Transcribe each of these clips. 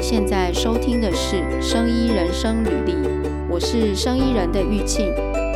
现在收听的是《生医人生履历》，我是生医人的玉庆。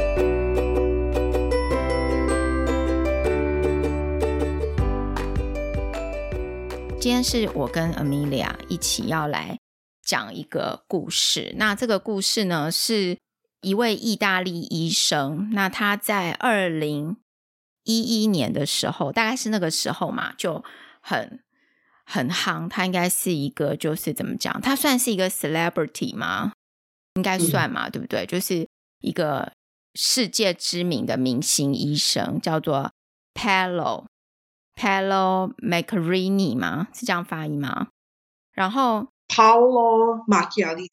今天是我跟 Amelia 一起要来讲一个故事。那这个故事呢，是一位意大利医生，那他在2011年的时候，大概是那个时候嘛，就很夯。他应该是一个，就是怎么讲，他算是一个 celebrity 吗？应该算嘛，对不对？就是一个世界知名的明星医生，叫做 Paolo Macchiarini 吗？是这样发音吗？然后 Paolo Macchiarini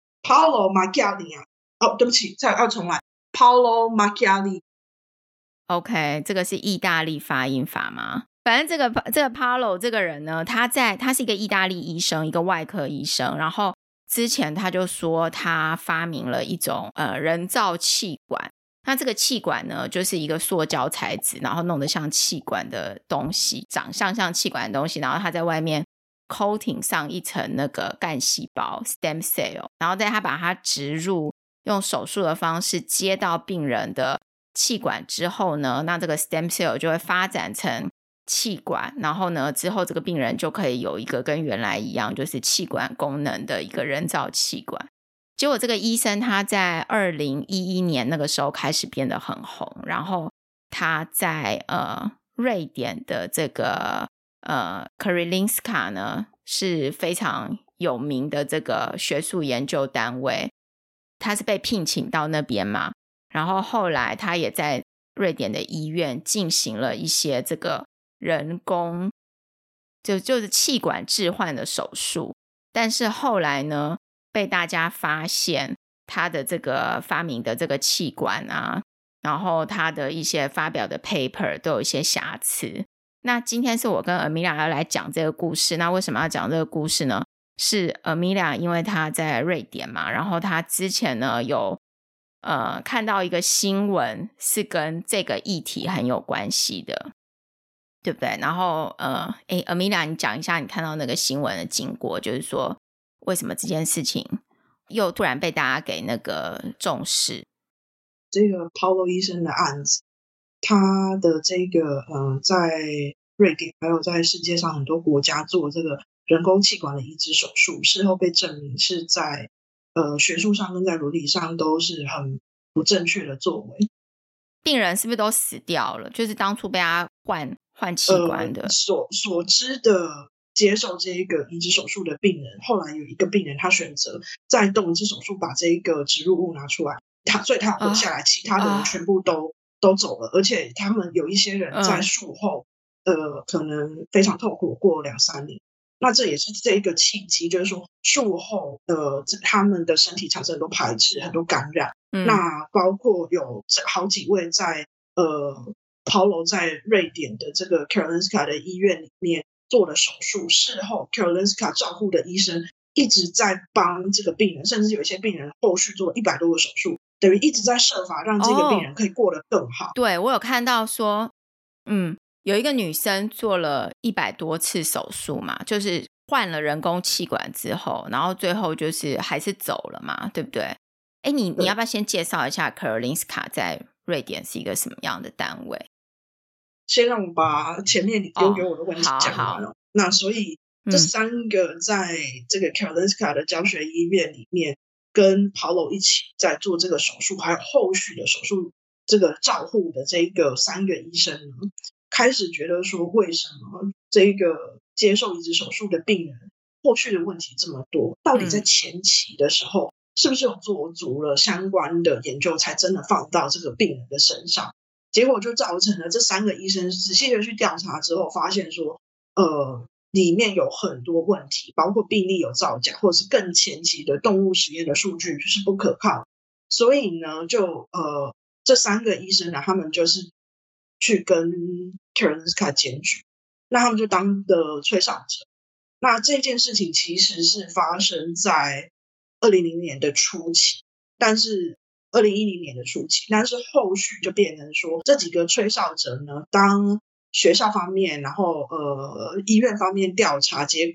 哦，对不起，要重来 Paolo Macchiarini。 OK， 这个是意大利发音法吗？反正这个 Paolo 这个人呢，他是一个意大利医生，一个外科医生。然后之前他就说他发明了一种人造气管。那这个气管呢，就是一个塑胶材质，然后弄得像气管的东西，长相像气管的东西，然后他在外面 coating 上一层那个干细胞 stem cell， 然后再他把它植入，用手术的方式接到病人的气管之后呢，那这个 stem cell 就会发展成气管，然后呢之后这个病人就可以有一个跟原来一样就是气管功能的一个人造气管。结果这个医生他在2011年那个时候开始变得很红，然后他在瑞典的这个Karolinska 呢是非常有名的这个学术研究单位，他是被聘请到那边嘛，然后后来他也在瑞典的医院进行了一些这个人工就是气管置换的手术。但是后来呢被大家发现他的这个发明的这个气管啊，然后他的一些发表的 paper 都有一些瑕疵。那今天是我跟 Amelia 要来讲这个故事。那为什么要讲这个故事呢？是 Amelia 因为他在瑞典嘛，然后他之前呢有看到一个新闻是跟这个议题很有关系的，对不对？然后Amelia 你讲一下你看到那个新闻的经过，就是说为什么这件事情又突然被大家给那个重视。 这个 Paolo 医生的案子，他的这个在瑞典还有在世界上很多国家做这个人工气管的移植手术，事后被证明是在学术上跟在伦理上都是很不正确的作为。 病人是不是都死掉了？就是当初被他换气管的所知的接受这个移植手术的病人，后来有一个病人他选择在动移植手术把这个植入物拿出来，所以他活下来，其他的人全部都走了。而且他们有一些人在术后可能非常痛苦，过2-3年。那这也是这一个契机，就是说术后他们的身体产生很多排斥，很多感染。那包括有好几位在Paolo 在瑞典的这个 Karolinska 的医院里面做了手术，事后 Karolinska 照护的医生一直在帮这个病人，甚至有一些病人后续做了100多个手术，等于一直在设法让这个病人可以过得更好。 对，我有看到说有一个女生做了100多次手术嘛，就是换了人工气管之后，然后最后就是还是走了嘛，对不对？你要不要先介绍一下 Karolinska 在瑞典是一个什么样的单位？ 先让我把前面你丢给我的问题讲完了。那所以这3个在这个 Karolinska 的教学医院里面跟 Paolo 一起在做这个手术，还有后续的手术这个照护的这个3个医生呢，开始觉得说为什么这个接受移植手术的病人后续的问题这么多，到底在前期的时候是不是有做足了相关的研究才真的放到这个病人的身上。结果就造成了这3个医生仔细的去调查之后发现说里面有很多问题，包括病例有造假，或者是更前期的动物实验的数据就是不可靠。所以呢就这3个医生呢，他们就是去跟 Karolinska 检举，那他们就当的吹哨者。那这件事情其实是发生在2000年的初期，但是2010年的初期，但是后续就变成说这几个吹哨者呢，当学校方面然后医院方面调查，结果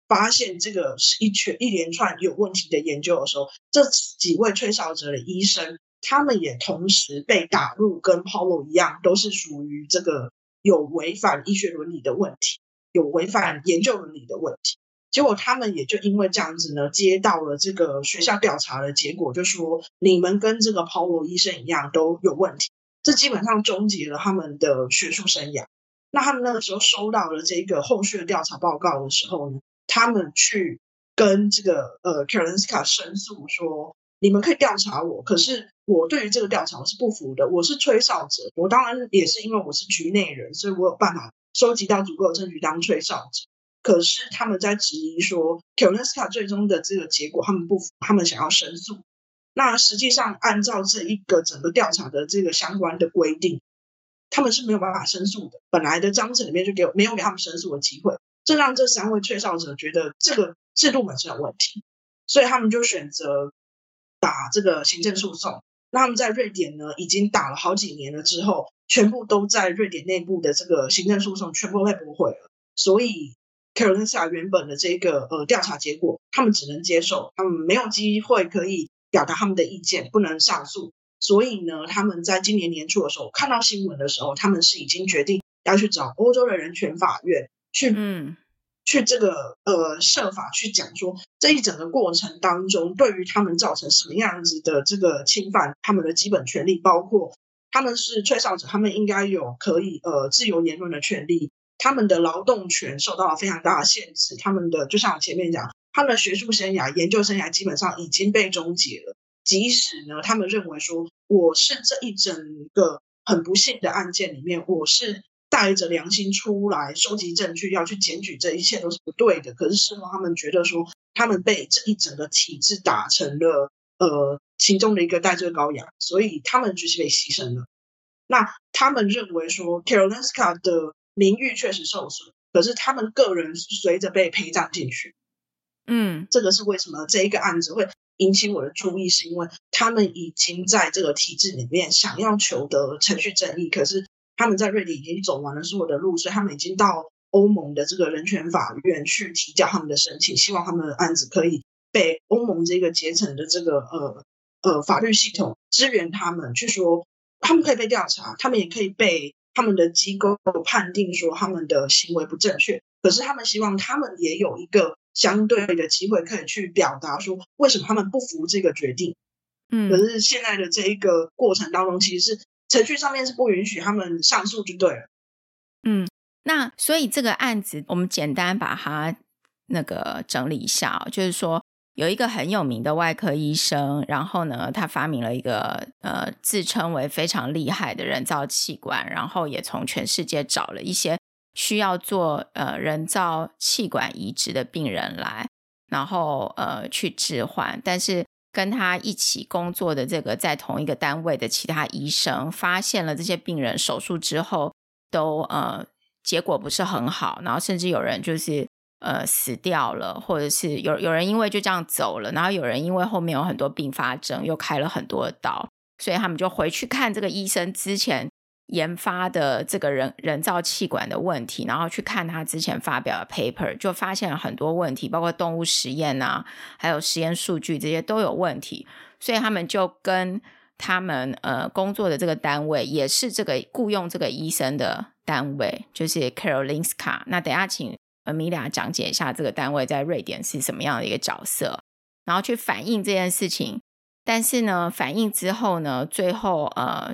发现这个一连串有问题的研究的时候，这几位吹哨者的医生他们也同时被打入跟 Paulo 一样都是属于这个有违反医学伦理的问题，有违反研究伦理的问题。结果他们也就因为这样子呢，接到了这个学校调查的结果，就说你们跟这个 Paulo 医生一样都有问题，这基本上终结了他们的学术生涯。那他们那个时候收到了这个后续的调查报告的时候呢，他们去跟这个Karolinska 申诉说，你们可以调查我，可是我对于这个调查我是不服的，我是吹哨者，我当然也是因为我是局内人，所以我有办法收集到足够的证据当吹哨者。可是他们在质疑说 Karolinska 最终的这个结果他们不服，他们想要申诉。那实际上按照这一个整个调查的这个相关的规定，他们是没有办法申诉的，本来的章程里面就没有给他们申诉的机会，这让这3位吹哨者觉得这个制度本身有问题，所以他们就选择打这个行政诉讼。那他们在瑞典呢已经打了好几年了之后，全部都在瑞典内部的这个行政诉讼全部被驳回了，所以Karolinska 原本的这个调查结果他们只能接受，他们没有机会可以表达他们的意见，不能上诉。所以呢他们在今年年初的时候看到新闻的时候，他们是已经决定要去找欧洲的人权法院去这个设法去讲说这一整个过程当中对于他们造成什么样子的这个侵犯他们的基本权利，包括他们是吹哨者，他们应该有可以自由言论的权利，他们的劳动权受到了非常大的限制，他们的就像我前面讲，他们的学术生涯研究生涯基本上已经被终结了。即使呢他们认为说我是这一整个很不幸的案件里面，我是带着良心出来收集证据要去检举这一切都是不对的，可是事后他们觉得说他们被这一整个体制打成了其中的一个代罪羔羊，所以他们就是被牺牲了。那他们认为说 Karolinska 的名誉确实受损，可是他们个人随着被陪葬进去。这个是为什么这一个案子会引起我的注意，是因为他们已经在这个体制里面想要求得程序正义，可是他们在瑞典已经走完了所有的路，所以他们已经到欧盟的这个人权法院去提交他们的申请，希望他们的案子可以被欧盟这个阶层的这个法律系统支援他们，去说他们可以被调查，他们也可以被他们的机构判定说他们的行为不正确，可是他们希望他们也有一个相对的机会可以去表达说为什么他们不服这个决定。可是现在的这一个过程当中，其实是程序上面是不允许他们上诉就对了。 那所以这个案子我们简单把它那个整理一下就是说有一个很有名的外科医生，然后呢他发明了一个自称为非常厉害的人造气管，然后也从全世界找了一些需要做人造气管移植的病人来，然后去置换，但是跟他一起工作的这个在同一个单位的其他医生发现了这些病人手术之后都结果不是很好，然后甚至有人就是死掉了，或者是有人因为就这样走了，然后有人因为后面有很多并发症又开了很多刀，所以他们就回去看这个医生之前研发的这个人造气管的问题，然后去看他之前发表的 paper， 就发现了很多问题，包括动物实验啊，还有实验数据这些都有问题，所以他们就跟他们工作的这个单位也是这个雇佣这个医生的单位，就是 Karolinska。 那等一下请Amelia 讲解一下这个单位在瑞典是什么样的一个角色，然后去反映这件事情。但是呢反映之后呢，最后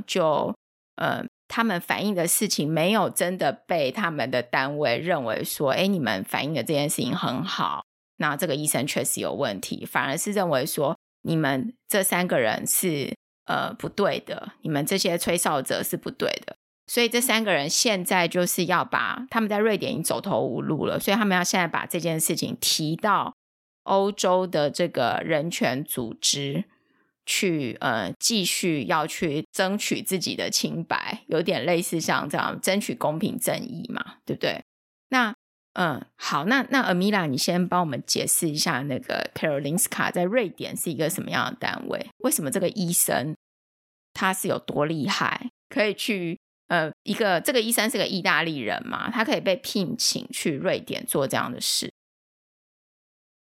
他们反映的事情没有真的被他们的单位认为说你们反映的这件事情很好，那这个医生确实有问题，反而是认为说你们这3个人是不对的，你们这些吹哨者是不对的。所以这3个人现在就是要把他们在瑞典已经走投无路了，所以他们要现在把这件事情提到欧洲的这个人权组织去继续要去争取自己的清白，有点类似像这样争取公平正义嘛，对不对？那好，那Amelia 你先帮我们解释一下那个 Karolinska 在瑞典是一个什么样的单位，为什么这个医生他是有多厉害，可以去这个医生是个意大利人嘛，他可以被聘请去瑞典做这样的事。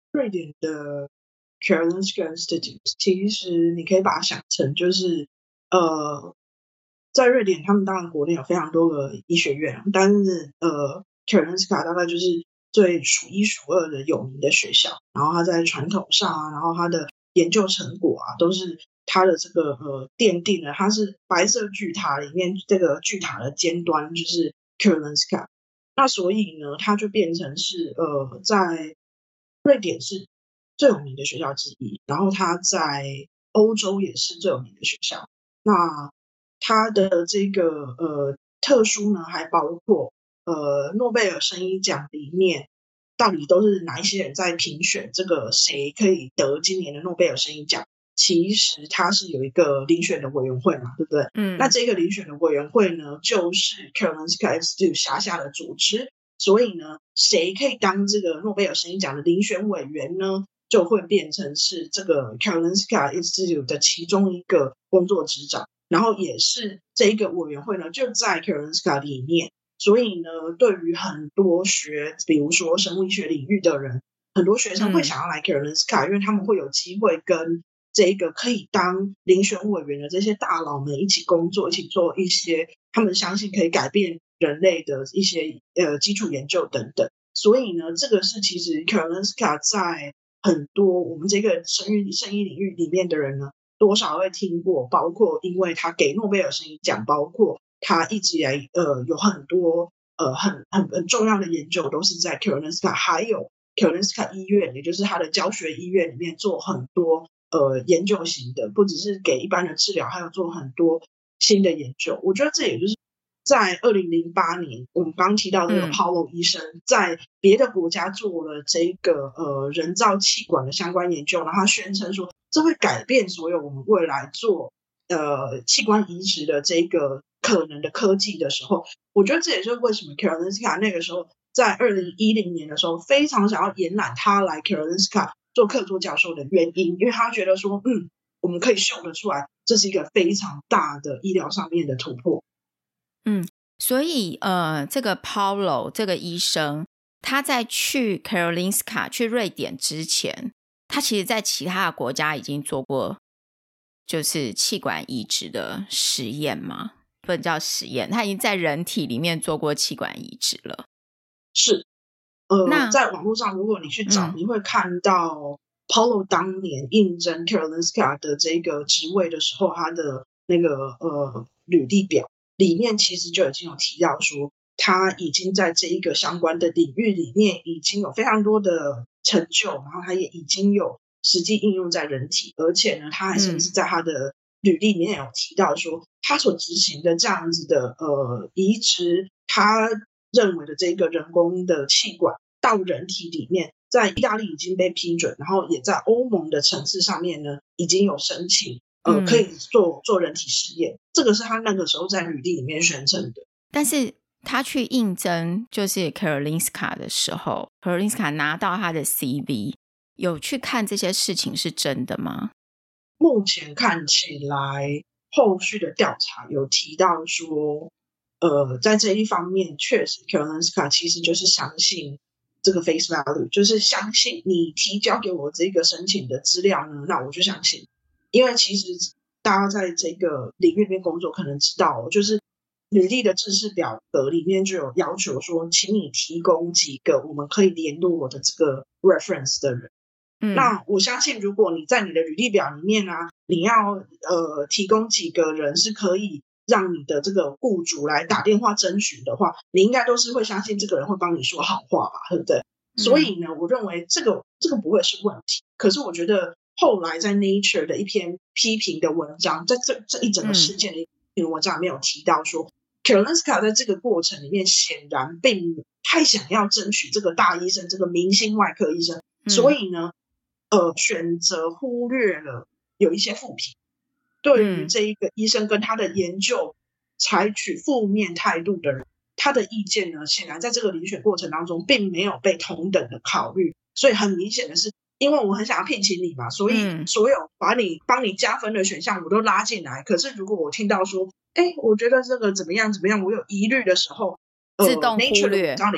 瑞典的 Karolinska Institute 其实你可以把它想成就是在瑞典他们当然国内有非常多个医学院，但是Karolinska 大概就是最数一数二的有名的学校，然后它在传统上啊，然后它的研究成果啊都是它的这个奠定了它是白色巨塔里面这个巨塔的尖端就是 Karolinska， 那所以呢它就变成是在瑞典是最有名的学校之一，然后它在欧洲也是最有名的学校。那它的这个特殊呢还包括诺贝尔生理奖里面到底都是哪一些人在评选这个谁可以得今年的诺贝尔生理奖，其实它是有一个遴选的委员会嘛，对不对？那这个遴选的委员会呢就是 Karolinska Institute 辖下的组织，所以呢谁可以当这个诺贝尔生理奖的遴选委员呢，就会变成是这个 Karolinska Institute 的其中一个工作执掌，然后也是这一个委员会呢就在 Karolinska 里面，所以呢对于很多比如说生物医学领域的人，很多学生会想要来 Karolinska，因为他们会有机会跟这个可以当遴选委员的这些大佬们一起工作，一起做一些他们相信可以改变人类的一些基础研究等等。所以呢这个是其实 Karolinska 在很多我们这个生医领域里面的人呢多少会听过，包括因为他给诺贝尔生理奖，包括他一直以来有很多很重要的研究都是在 Karolinska， 还有 Karolinska 医院，也就是他的教学医院里面做很多研究型的，不只是给一般的治疗，还有做很多新的研究。我觉得这也就是在2008年我们刚提到这个 Paulo 医生在别的国家做了这个人造气管的相关研究，然后他宣称说这会改变所有我们未来做器官移植的这个可能的科技的时候，我觉得这也是为什么 Karolinska 那个时候在2010年的时候非常想要延揽他来 Karolinska 做客座教授的原因，因为他觉得说我们可以秀得出来这是一个非常大的医疗上面的突破。 所以这个 Paulo 这个医生他在去 Karolinska 去瑞典之前，他其实在其他的国家已经做过就是气管移植的实验吗？不能叫实验，他已经在人体里面做过气管移植了。 是在网络上如果你去找你会看到 Paulo 当年应征 Karolinska 的这个职位的时候，他的那个履历表里面其实就已经有提到说他已经在这一个相关的领域里面已经有非常多的成就，然后他也已经有实际应用在人体，而且呢他还甚至在他的履历里面有提到说他所执行的这样子的移植，他认为的这个人工的气管到人体里面在意大利已经被批准，然后也在欧盟的层次上面呢已经有申请可以做人体实验，这个是他那个时候在履历里面宣称的。 但是他去应征就是 Karolinska 的时候， Karolinska 拿到他的 CV 有去看这些事情是真的吗？ 目前看起来后续的调查有提到说在这一方面确实 Karolinska 其实就是相信这个 face value， 就是相信你提交给我这个申请的资料呢，那我就相信。因为其实大家在这个领域里面工作可能知道就是履历的制式表格里面就有要求说请你提供几个我们可以联络我的这个 reference 的人。那我相信如果你在你的履历表里面啊，你要提供几个人是可以让你的这个雇主来打电话征询的话，你应该都是会相信这个人会帮你说好话吧，对不对？所以呢我认为这个不会是问题。可是我觉得后来在 Nature 的一篇批评的文章，在这一整个事件的一篇文章里面有提到说Karolinska 在这个过程里面显然并太想要争取这个大医生，这个明星外科医生，所以呢选择忽略了有一些负评，对于这一个医生跟他的研究采取负面态度的人，他的意见呢显然在这个遴选过程当中并没有被同等的考虑。所以很明显的是因为我很想要聘请你嘛，所以所有帮你加分的选项我都拉进来，可是如果我听到说我觉得这个怎么样怎么样我有疑虑的时候自动忽略， Nature 的文章里面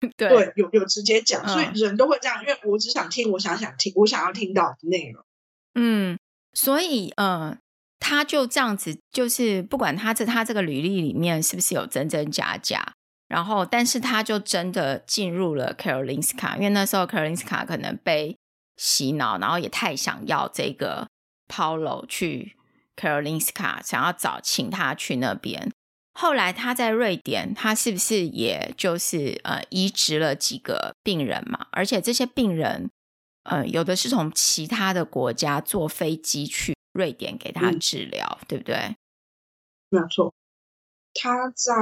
对，有直接讲，所以人都会这样，因为我只想听我想要听到的内容。 所以他就这样子，就是不管他这个履历里面是不是有真真假假，然后但是他就真的进入了 Karolinska， 因为那时候 Karolinska 可能被洗脑，然后也太想要这个 Paulo 去 Karolinska， 想要请他去那边。后来他在瑞典，他是不是也就是移植了几个病人嘛？而且这些病人有的是从其他的国家坐飞机去瑞典给他治疗，对不对？ 没有错。他在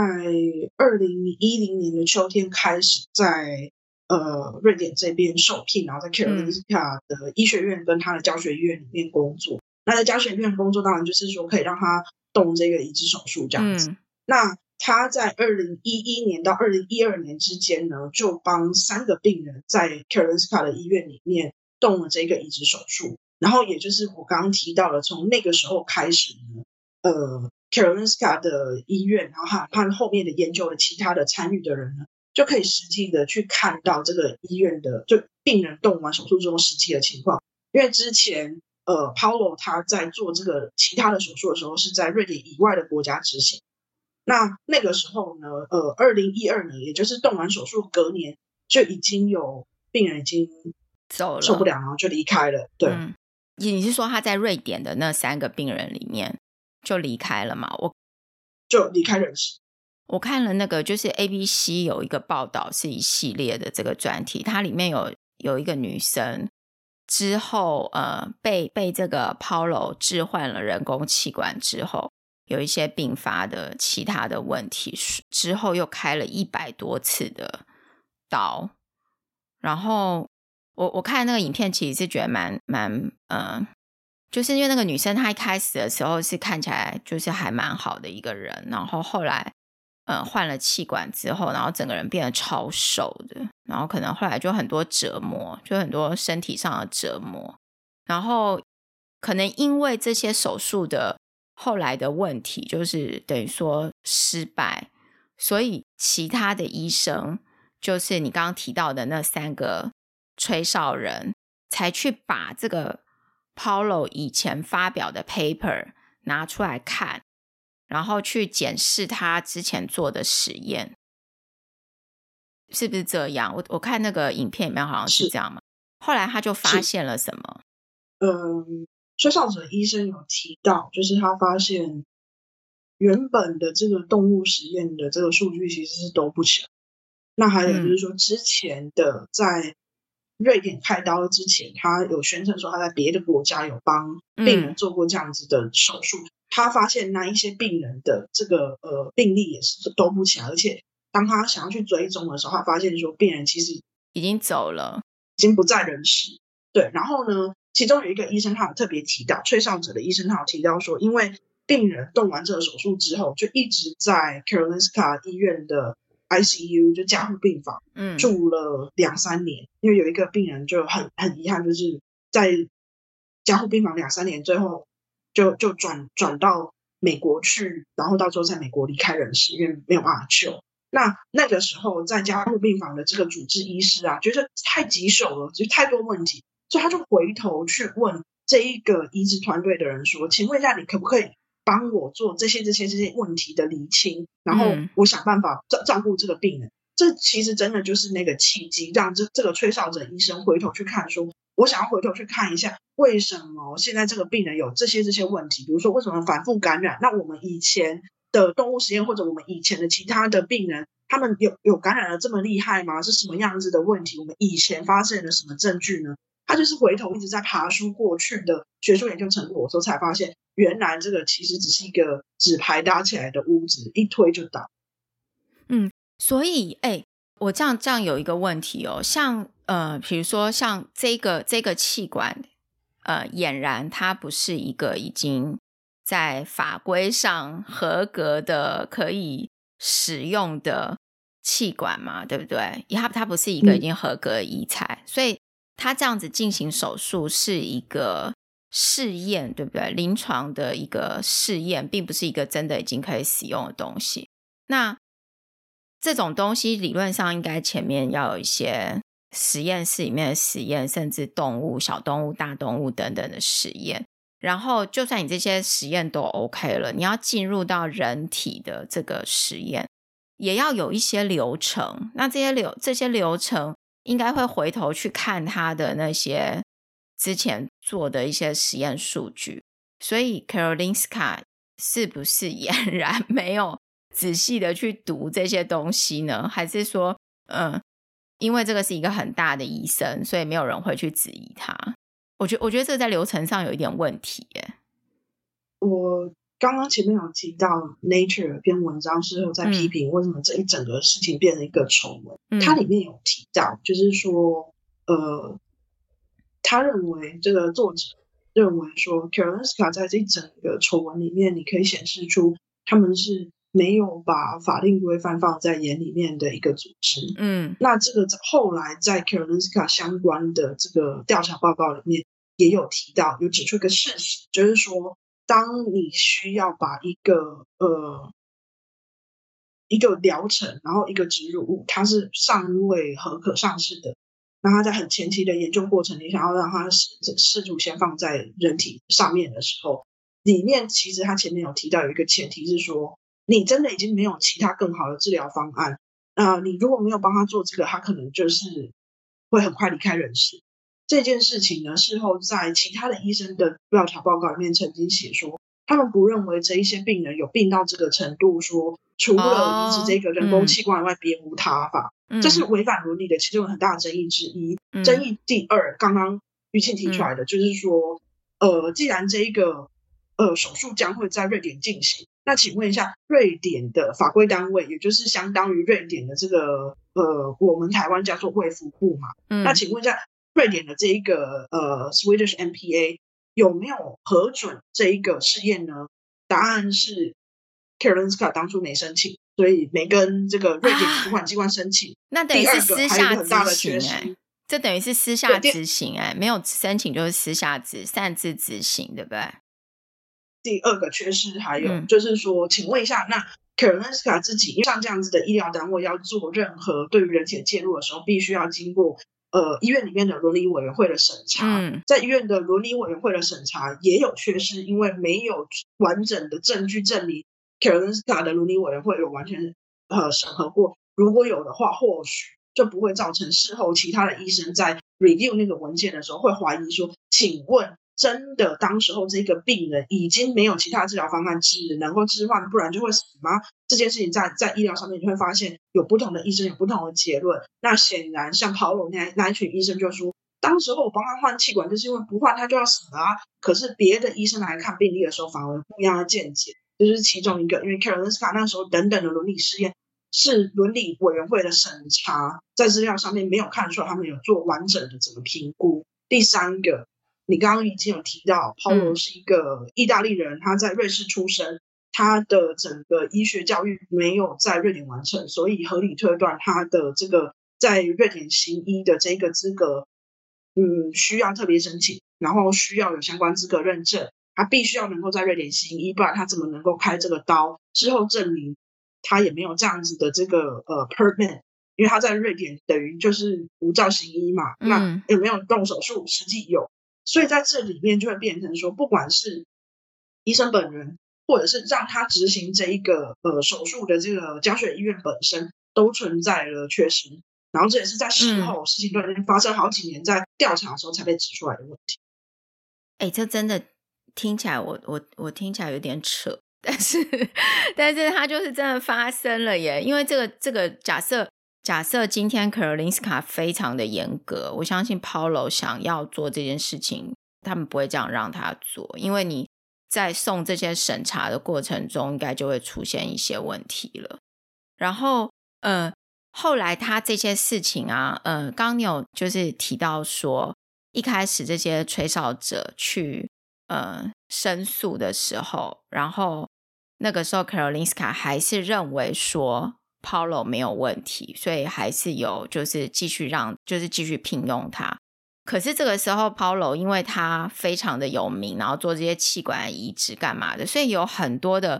2010年的秋天开始在瑞典这边受聘，然后在 Karolinska 的医学院跟他的教学医院里面工作。那在教学医院工作当然就是说可以让他动这个移植手术这样子。那他在2011年到2012年之间呢，就帮3个病人在 Karolinska 的医院里面动了这个移植手术。然后也就是我刚刚提到了，从那个时候开始呢Karolinska 的医院，然后和后面的研究的其他的参与的人呢，就可以实际的去看到这个医院的就病人动完手术之后实际的情况。因为之前Paulo 他在做这个其他的手术的时候是在瑞典以外的国家执行。那个时候呢2012年，也就是动完手术隔年，就已经有病人已经走了， 受不了，然后就离开了。对， 你是说他在瑞典的那3个病人里面就离开了吗？ 就离开人世。 我看了那个就是 ABC 有一个报道，是一系列的这个专题，它里面有一个女生之后被这个 Paulo 置换了人工气管之后，有一些并发的其他的问题，之后又开了100多次的刀。然后我看那个影片其实是觉得蛮就是因为那个女生她一开始的时候是看起来就是还蛮好的一个人，然后后来换了气管之后，然后整个人变得超瘦的，然后可能后来就很多折磨，就很多身体上的折磨，然后可能因为这些手术的后来的问题，就是等于说失败，所以其他的医生，就是你刚刚提到的那3个吹哨人，才去把这个 Paulo 以前发表的 paper 拿出来看，然后去检视他之前做的实验，是不是这样？我看那个影片里面好像是这样嘛。后来他就发现了什么？ 吹哨者医生有提到，就是他发现原本的这个动物实验的这个数据其实是都不强。那还有就是说，之前的在瑞典开刀之前，他有宣称说他在别的国家有帮病人做过这样子的手术。他发现那一些病人的这个病例也是都不强，而且当他想要去追踪的时候，他发现说病人其实已经走了， 已经不在人世。对，然后呢，其中有一个医生他有特别提到，吹哨者的医生他有提到说，因为病人动完这个手术之后，就一直在 Karolinska 医院的 ICU 就加护病房住了2-3年，因为有一个病人就很遗憾，就是在加护病房2-3年，最后就转到美国去，然后到最后在美国离开人世，因为没有办法救。那个时候在加护病房的这个主治医师啊，觉得太棘手了，就太多问题，所以他就回头去问这一个移植团队的人说，请问一下，你可不可以帮我做这些问题的厘清，然后我想办法照顾这个病人。这其实真的就是那个契机，让这个吹哨者医生回头去看说，我想要回头去看一下，为什么现在这个病人有这些问题，比如说为什么反复感染，那我们以前的动物实验或者我们以前的其他的病人，他们有感染的这么厉害吗？是什么样子的问题？我们以前发现了什么证据呢？他就是回头一直在爬梳过去的学术研究成果，所以才发现原来这个其实只是一个纸牌搭起来的屋子，一推就倒。 所以我这样有一个问题哦，像比如说像这个气管俨然它不是一个已经在法规上合格的可以使用的气管嘛，对不对？它不是一个已经合格的医材，所以它这样子进行手术是一个试验，对不对？临床的一个试验，并不是一个真的已经可以使用的东西。那这种东西理论上应该前面要有一些实验室里面的实验，甚至动物、小动物、大动物等等的实验，然后就算你这些实验都 OK 了，你要进入到人体的这个实验也要有一些流程，那这些流程应该会回头去看他的那些之前做的一些实验数据，所以 Karolinska 是不是俨然没有仔细的去读这些东西呢？还是说因为这个是一个很大的医生，所以没有人会去质疑他？我觉得这个在流程上有一点问题耶。 我刚刚前面有提到 Nature 有篇文章事后在批评为什么这一整个事情变成一个丑闻，它里面有提到就是说他认为这个作者认为说 Karolinska 在这一整个丑闻里面，你可以显示出他们是没有把法令规范放在眼里面的一个组织。那这个后来在 Karolinska 相关的这个调查报告里面也有提到，有指出一个事实，就是说当你需要把一个疗程，然后一个植入物它是尚未核可上市的，那它在很前期的研究过程，你想要让它试图先放在人体上面的时候，里面其实它前面有提到有一个前提是说，你真的已经没有其他更好的治疗方案，你如果没有帮他做这个，他可能就是会很快离开人世。这件事情呢，事后在其他的医生的调查报告里面曾经写说，他们不认为这一些病人有病到这个程度，说除了移植这个人工器官以外别无他法，这是违反伦理的其中很大的争议之一。争议第二，刚刚于庆提出来的，就是说既然这一个手术将会在瑞典进行，那请问一下，瑞典的法规单位，也就是相当于瑞典的这个我们台湾叫做卫福部嘛，那请问一下，瑞典的这一个Swedish MPA 有没有核准这一个试验呢？答案是 Karolinska 当初没申请，所以没跟这个瑞典主管机关申请。 那等于是私下执行这等于是私下执行没有申请就是私下擅自执行，对不对？ 第二个缺失还有就是说，请问一下，那 Karolinska 自己像这样子的医疗单位要做任何对于人体介入的时候，必须要经过医院里面的伦理委员会的审查，在医院的伦理委员会的审查也有缺失，因为没有完整的证据证明 Karolinska 的伦理委员会有完全审核过，如果有的话，或许就不会造成事后其他的医生在 review 那个文件的时候会怀疑说，请问真的当时候这个病人已经没有其他治疗方案，只能够置换，不然就会死吗？这件事情在医疗上面你会发现有不同的医生有不同的结论。那显然像 Paulo 那一群医生就说，当时候我帮他换气管就是因为不换他就要死了可是别的医生来看病例的时候反而不一样的见解，这就是其中一个。因为 Karolinska 那时候等等的伦理试验是伦理委员会的审查，在资料上面没有看出来他们有做完整的整个评估。第三个，你刚刚已经有提到 Paulo 是一个意大利人，他在瑞士出生，他的整个医学教育没有在瑞典完成，所以合理推断他的这个在瑞典行医的这个资格需要特别申请，然后需要有相关资格认证，他必须要能够在瑞典行医，不然他怎么能够开这个刀？之后证明他也没有这样子的这个permit， 因为他在瑞典等于就是无照行医嘛，那有没有动手术？实际有。所以在这里面就会变成说，不管是医生本人，或者是让他执行这一个手术的这个教学医院本身，都存在了缺失。然后这也是在事后事情都已经发生好几年，在调查的时候才被指出来的问题。 这真的听起来我听起来有点扯，但是它就是真的发生了耶。因为这个假设今天 Karolinska 非常的严格，我相信 Paulo 想要做这件事情，他们不会这样让他做，因为你在送这些审查的过程中应该就会出现一些问题了。然后后来他这些事情刚刚你有就是提到说，一开始这些吹哨者去申诉的时候，然后那个时候 Karolinska 还是认为说Paulo 没有问题，所以还是有就是继续聘用他。可是这个时候 Paulo 因为他非常的有名，然后做这些气管移植干嘛的，所以有很多的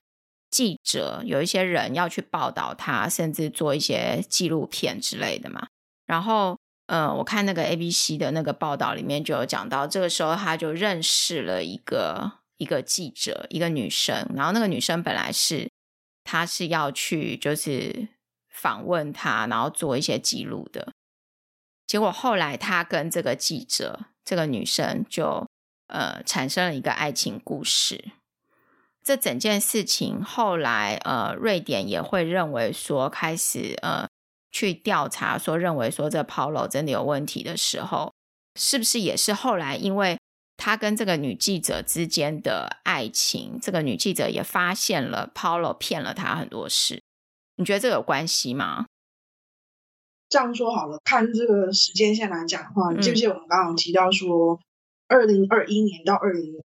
记者有一些人要去报道他，甚至做一些纪录片之类的嘛。然后我看那个 ABC 的那个报道里面就有讲到，这个时候他就认识了一个记者，一个女生，然后那个女生本来她是要去就是访问他，然后做一些记录的。结果后来他跟这个记者，这个女生就产生了一个爱情故事。这整件事情后来瑞典也会认为说开始去调查说，认为说这 Paulo 真的有问题的时候，是不是也是后来因为他跟这个女记者之间的爱情，这个女记者也发现了 Paulo 骗了他很多事，你觉得这个有关系吗？ 这样说好了，看这个时间线来讲的话，你记不记得我们刚刚提到说2021年到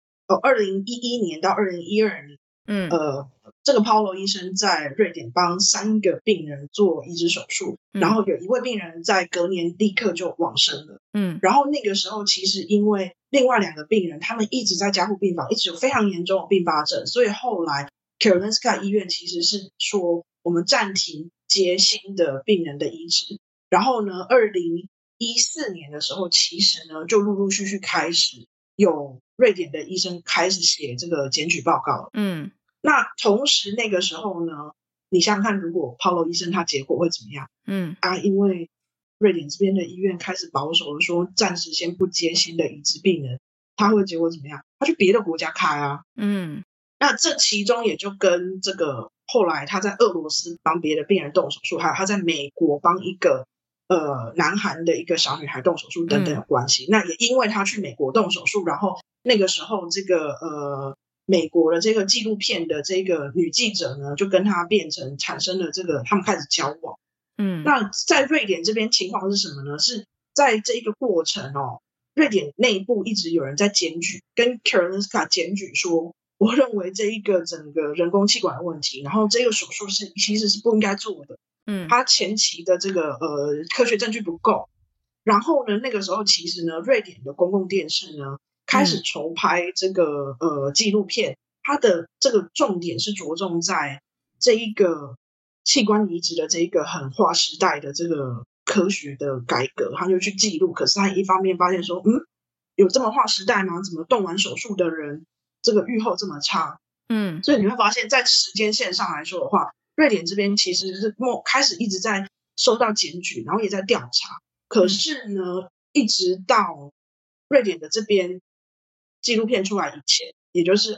2011年到2012年，这个 Paulo 医生在瑞典帮3个病人做移植手术，然后有一位病人在隔年立刻就往生了。然后那个时候其实因为另外2个病人他们一直在加护病房，一直有非常严重的并发症，所以后来 Karolinska 医院其实是说我们暂停接新的病人的移植。然后呢2014年的时候，其实呢就陆陆续续开始有瑞典的医生开始写这个检举报告了。那同时那个时候呢，你想想看，如果 Paulo 医生他结果会怎么样？因为瑞典这边的医院开始保守的说，暂时先不接新的移植病人，他会结果怎么样？他去别的国家开啊。那这其中也就跟这个后来他在俄罗斯帮别的病人动手术，还有他在美国帮一个南韩的一个小女孩动手术等等有关系。那也因为他去美国动手术，然后那个时候这个美国的这个纪录片的这个女记者呢，就跟他产生了这个他们开始交往。那在瑞典这边情况是什么呢？是在这个过程瑞典内部一直有人在检举，跟 Karolinska 检举说，我认为这一个整个人工气管的问题，然后这个手术其实是不应该做的。他前期的这个科学证据不够。然后呢，那个时候其实呢，瑞典的公共电视呢开始重拍这个纪录片，它的这个重点是着重在这一个器官移植的这一个很划时代的这个科学的改革，他就去记录。可是他一方面发现说，有这么划时代吗？怎么动完手术的人这个预后这么差？所以你会发现在时间线上来说的话，瑞典这边其实是开始一直在收到检举，然后也在调查。可是呢，一直到瑞典的这边纪录片出来以前，也就是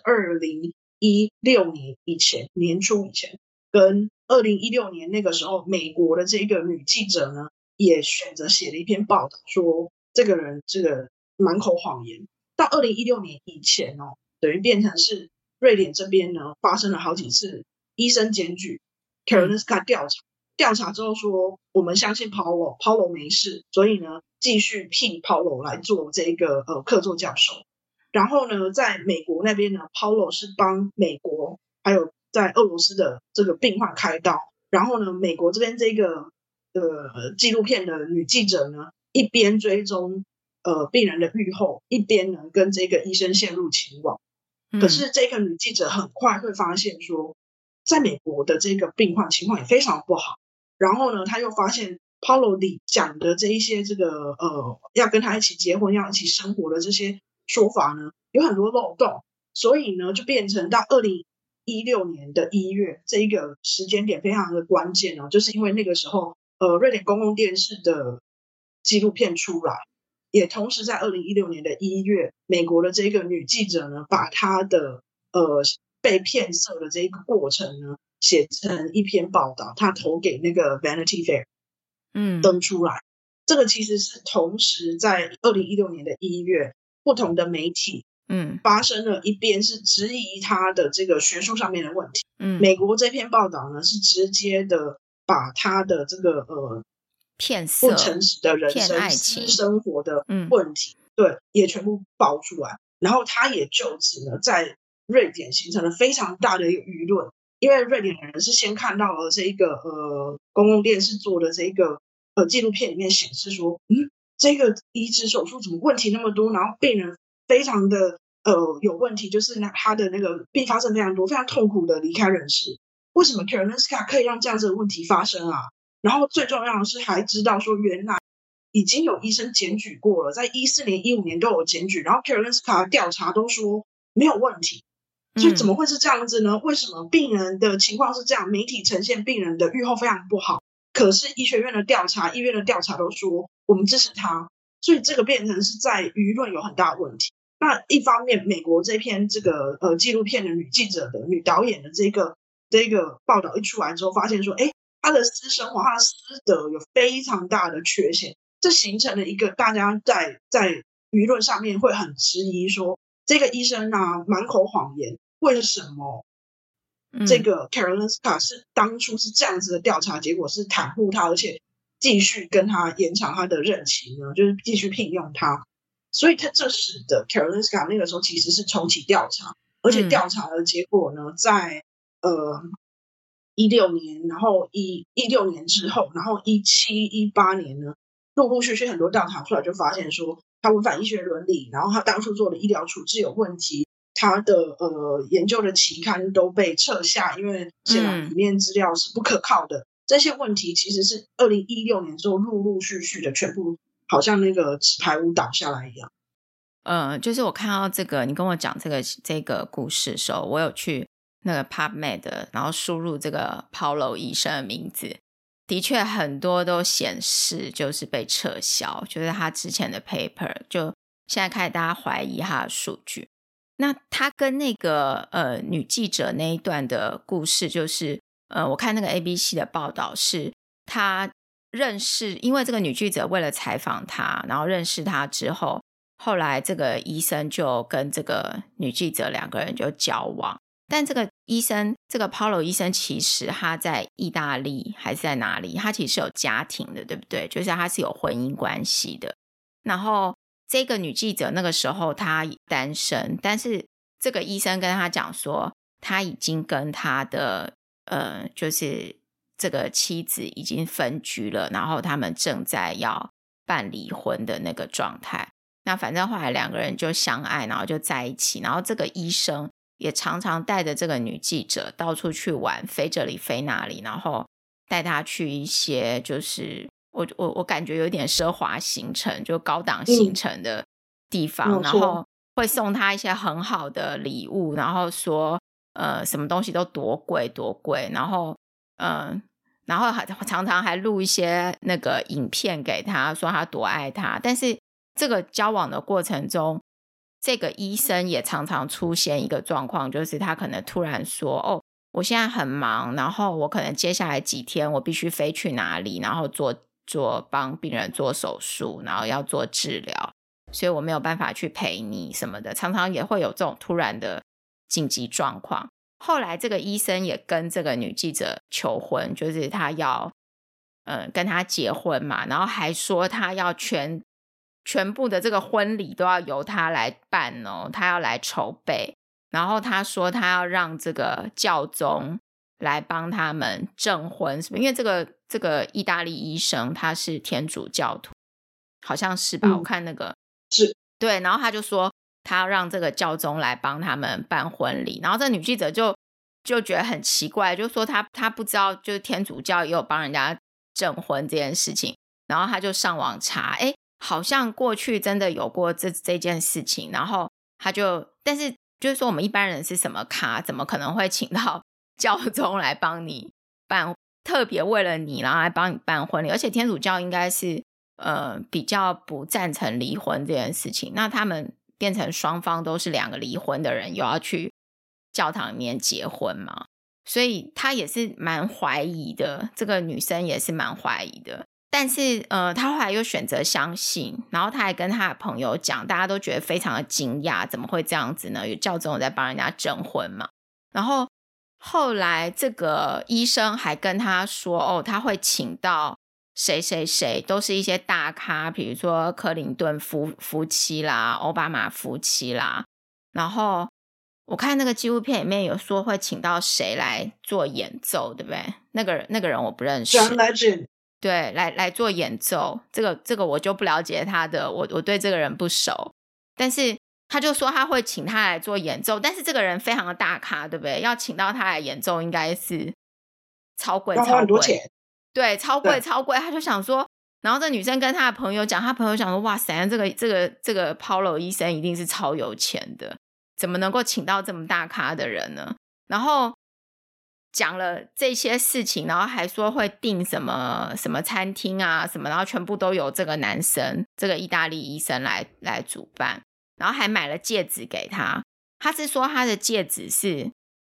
2016年以前，年初以前，跟2016年那个时候，美国的这个女记者呢，也选择写了一篇报道，说这个人这个满口谎言。到2016年以前等于变成是瑞典这边呢发生了好几次医生检举 Karolinska 调查之后说，我们相信 Paulo 没事，所以呢继续聘 Paulo 来做这个客座教授。然后呢在美国那边呢 Paulo 是帮美国还有在俄罗斯的这个病患开刀。然后呢美国这边这个纪录片的女记者呢一边追踪病人的预后，一边呢跟这个医生陷入情网。可是这个女记者很快会发现说，在美国的这个病患情况也非常不好。然后呢他又发现 Paulo 里讲的这一些这个要跟他一起结婚要一起生活的这些说法呢有很多漏洞。所以呢就变成到2016年的1月，这一个时间点非常的关键就是因为那个时候瑞典公共电视的纪录片出来，也同时在2016年的1月，美国的这个女记者呢把她的被骗色的这一个过程呢写成一篇报道，她投给那个 Vanity Fair 登出来。这个其实是同时在2016年的1月，不同的媒体发生了，一边是质疑她的这个学术上面的问题。美国这篇报道呢是直接的把她的这个骗色、 不诚实的人生、私生活的问题，对，也全部爆出来。然后他也就此呢，在瑞典形成了非常大的一个舆论，因为瑞典人是先看到了这一个公共电视做的这个纪录片里面显示说，这个移植手术怎么问题那么多，然后病人非常的有问题，就是他的那个并发症非常多，非常痛苦的离开人世。为什么 Karolinska 可以让这样子的问题发生啊？然后最重要的是还知道说原来已经有医生检举过了，在14年15年都有检举，然后 Karolinska 调查都说没有问题，所以怎么会是这样子呢？为什么病人的情况是这样，媒体呈现病人的预后非常不好，可是医学院的调查医院的调查都说我们支持他，所以这个变成是在舆论有很大的问题。那一方面美国这篇这个纪录片的女记者的女导演的这个报道一出来之后，发现说她的私生活她的私德有非常大的缺陷，这形成了一个大家在舆论上面会很质疑说这个医生啊满口谎言，为什么这个 Karolinska 是当初是这样子的调查结果是袒护他，而且继续跟他延长他的任期呢，就是继续聘用他。所以他这使得 Karolinska 那个时候其实是重启调查，而且调查的结果呢，在16年，然后16年之后，然后17、18年呢，陆陆续续很多调查出来，就发现说他违反医学伦理，然后他当初做的医疗处置有问题，他的研究的期刊都被撤下，因为显然里面资料是不可靠的。这些问题其实是2016年之后陆陆续续的全部好像那个纸牌屋倒下来一样。 就是我看到这个你跟我讲这个故事的时候，我有去那个 PubMed 然后输入这个 Paulo 医生的名字，的确很多都显示就是被撤销，就是他之前的 paper 就现在开始大家怀疑他的数据。那他跟那个女记者那一段的故事，就是我看那个 ABC 的报道是他认识，因为这个女记者为了采访他然后认识他之后，后来这个医生就跟这个女记者两个人就交往。但这个医生，这个 Paulo 医生其实他在意大利还是在哪里，他其实是有家庭的，对不对？就是他是有婚姻关系的。然后这个女记者那个时候她单身，但是这个医生跟他讲说他已经跟他的就是这个妻子已经分居了，然后他们正在要办离婚的那个状态。那反正后来两个人就相爱，然后就在一起，然后这个医生也常常带着这个女记者到处去玩，飞这里飞那里，然后带她去一些就是我感觉有点奢华行程，就高档行程的地方，然后会送她一些很好的礼物，然后说什么东西都多贵多贵，然后常常还录一些那个影片给她，说她多爱她。但是这个交往的过程中，这个医生也常常出现一个状况，就是他可能突然说我现在很忙，然后我可能接下来几天我必须飞去哪里，然后帮病人做手术，然后要做治疗，所以我没有办法去陪你什么的，常常也会有这种突然的紧急状况。后来这个医生也跟这个女记者求婚，就是他要跟他结婚嘛，然后还说他要全部的这个婚礼都要由他来办哦，他要来筹备。然后他说他要让这个教宗来帮他们证婚，是不是？因为这个意大利医生他是天主教徒，好像是吧？我看那个是对，然后他就说他要让这个教宗来帮他们办婚礼，然后这女记者就觉得很奇怪，就说他不知道就是天主教也有帮人家证婚这件事情，然后他就上网查，好像过去真的有过这件事情，然后他就但是就是说我们一般人是什么咖，怎么可能会请到教宗来帮你办，特别为了你然后来帮你办婚礼，而且天主教应该是比较不赞成离婚这件事情，那他们变成双方都是两个离婚的人又要去教堂里面结婚嘛，所以他也是蛮怀疑的，这个女生也是蛮怀疑的。但是他后来又选择相信，然后他还跟他的朋友讲，大家都觉得非常的惊讶，怎么会这样子呢？有教宗有在帮人家证婚嘛。然后后来这个医生还跟他说他会请到谁谁谁，都是一些大咖，比如说克林顿夫妻啦，奥巴马夫妻啦。然后我看那个纪录片里面有说会请到谁来做演奏，对不对？那个人我不认识。 John Legend。 对，来做演奏，这个我就不了解他的，我对这个人不熟。但是他就说他会请他来做演奏，但是这个人非常的大咖，对不对？要请到他来演奏应该是超贵， 要花很多钱， 对，超贵超贵。他就想说，然后这女生跟他的朋友讲，他朋友讲说，哇塞，这个 Paulo 医生一定是超有钱的，怎么能够请到这么大咖的人呢？然后讲了这些事情，然后还说会订什么什么餐厅啊什么，然后全部都由这个男生，这个意大利医生来主办，然后还买了戒指给他。他是说他的戒指是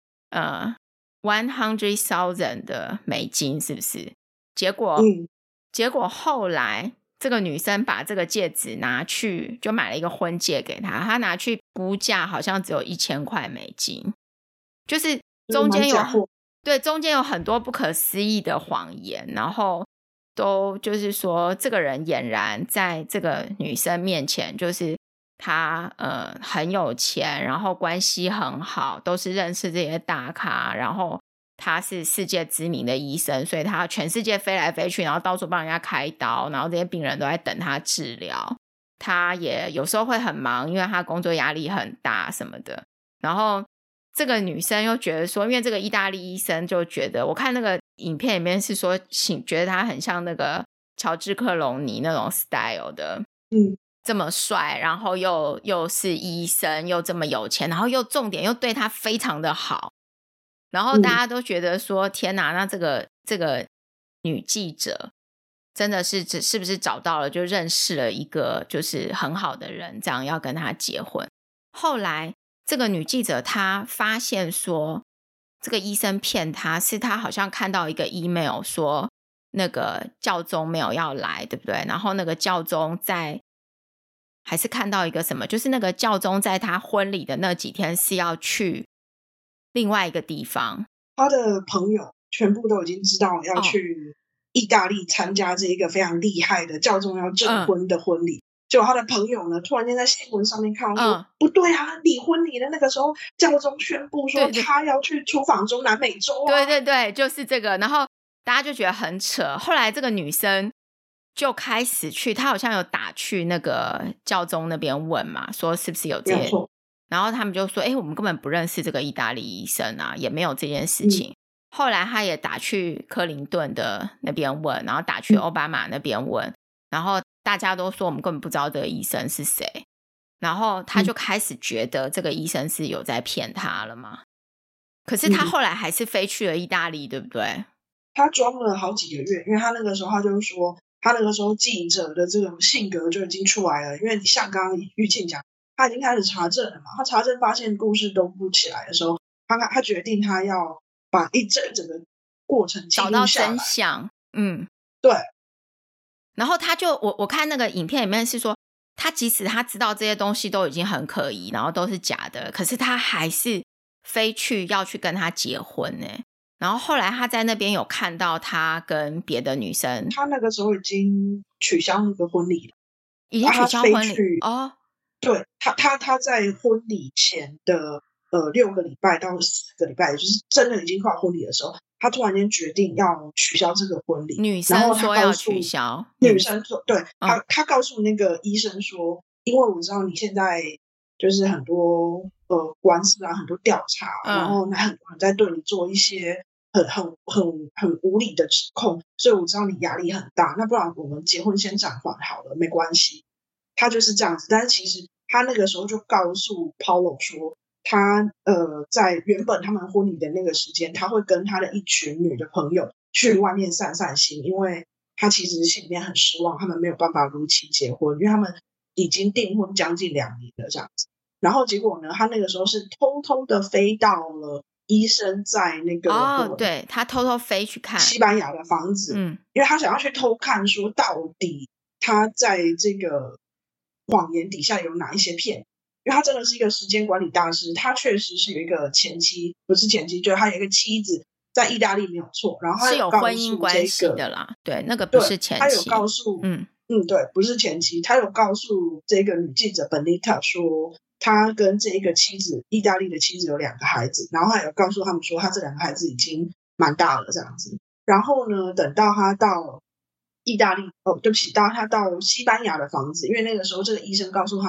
100,000的美金，是不是？结果后来这个女生把这个戒指拿去，就买了一个婚戒给他，他拿去估价好像只有1000块美金，就是中间有很多不可思议的谎言，然后都就是说这个人俨然在这个女生面前就是他很有钱，然后关系很好，都是认识这些大咖，然后他是世界知名的医生，所以他全世界飞来飞去，然后到处帮人家开刀，然后这些病人都在等他治疗，他也有时候会很忙，因为他工作压力很大什么的。然后这个女生又觉得说，因为这个意大利医生就觉得，我看那个影片里面是说觉得他很像那个乔治克隆尼那种 style 的，这么帅，然后又是医生，又这么有钱，然后又重点又对他非常的好，然后大家都觉得说，天哪，那这个女记者真的是不是找到了，就认识了一个就是很好的人，这样要跟他结婚。后来这个女记者她发现说，这个医生骗她，是她好像看到一个 email 说那个教宗没有要来，对不对？然后那个教宗还是看到一个什么，就是那个教宗在他婚礼的那几天是要去另外一个地方， 他的朋友全部都已经知道要去意大利参加这一个非常厉害的教宗要证婚的婚礼，结果他的朋友呢突然间在新闻上面看到说，不对啊，离婚礼的那个时候教宗宣布说他要去出访中南美洲啊， 对，就是这个，然后大家就觉得很扯。后来这个女生就开始去，她好像有打去那个教宗那边问嘛，说是不是有这些，然后他们就说我们根本不认识这个意大利医生啊，也没有这件事情。后来他也打去克林顿的那边问，然后打去奥巴马那边问，然后大家都说我们根本不知道这个医生是谁，然后他就开始觉得这个医生是有在骗他了嘛。可是他后来还是飞去了意大利，对不对？ 他装了好几个月，因为他那个时候他就是说，他那个时候记者的这种性格就已经出来了，因为你像刚刚玉庆讲，他已经开始查证了嘛，他查证发现故事都不起来的时候，他决定他要把整个过程记录下来， 找到真相。 对。 然后他就我看那个影片里面是说，他即使他知道这些东西都已经很可疑，然后都是假的，可是他还是飞去要去跟他结婚呢。然后后来他在那边有看到他跟别的女生， 他那个时候已经取消那个婚礼了， 已经取消婚礼哦。 对，他在婚礼前的6个礼拜到4个礼拜，就是真的已经快婚礼的时候，他突然间决定要取消这个婚礼。 女生说要取消， 女生说对，他告诉那个医生说，因为我知道你现在就是很多官司啊，很多调查，然后很多人在对你做一些很无理的指控，所以我知道你压力很大，那不然我们结婚先暂缓好了，没关系。他就是这样子，但是其实他那个时候就告诉 Paulo 说，他在原本他们婚礼的那个时间，他会跟他的一群女的朋友去外面散散心，因为他其实心里面很失望，他们没有办法如期结婚，因为他们已经订婚将近2年了这样子。然后结果呢，他那个时候是偷偷的飞到了医生在那个对，他偷偷飞去看西班牙的房子，因为他想要去偷看说到底他在这个谎言底下有哪一些骗，因为他真的是一个时间管理大师，他确实是有一个前妻，不是前妻，就是他有一个妻子在意大利没有错，然后他是有婚姻关系的啦，对，那个不是前妻， 他有告诉对，不是前妻，他有告诉这个女记者本丽塔说，他跟这一个妻子，意大利的妻子有2个孩子，然后还有告诉他们说，他这2个孩子已经蛮大了这样子。然后呢，等到他到意大利，对不起，他到西班牙的房子，因为那个时候这个医生告诉他说，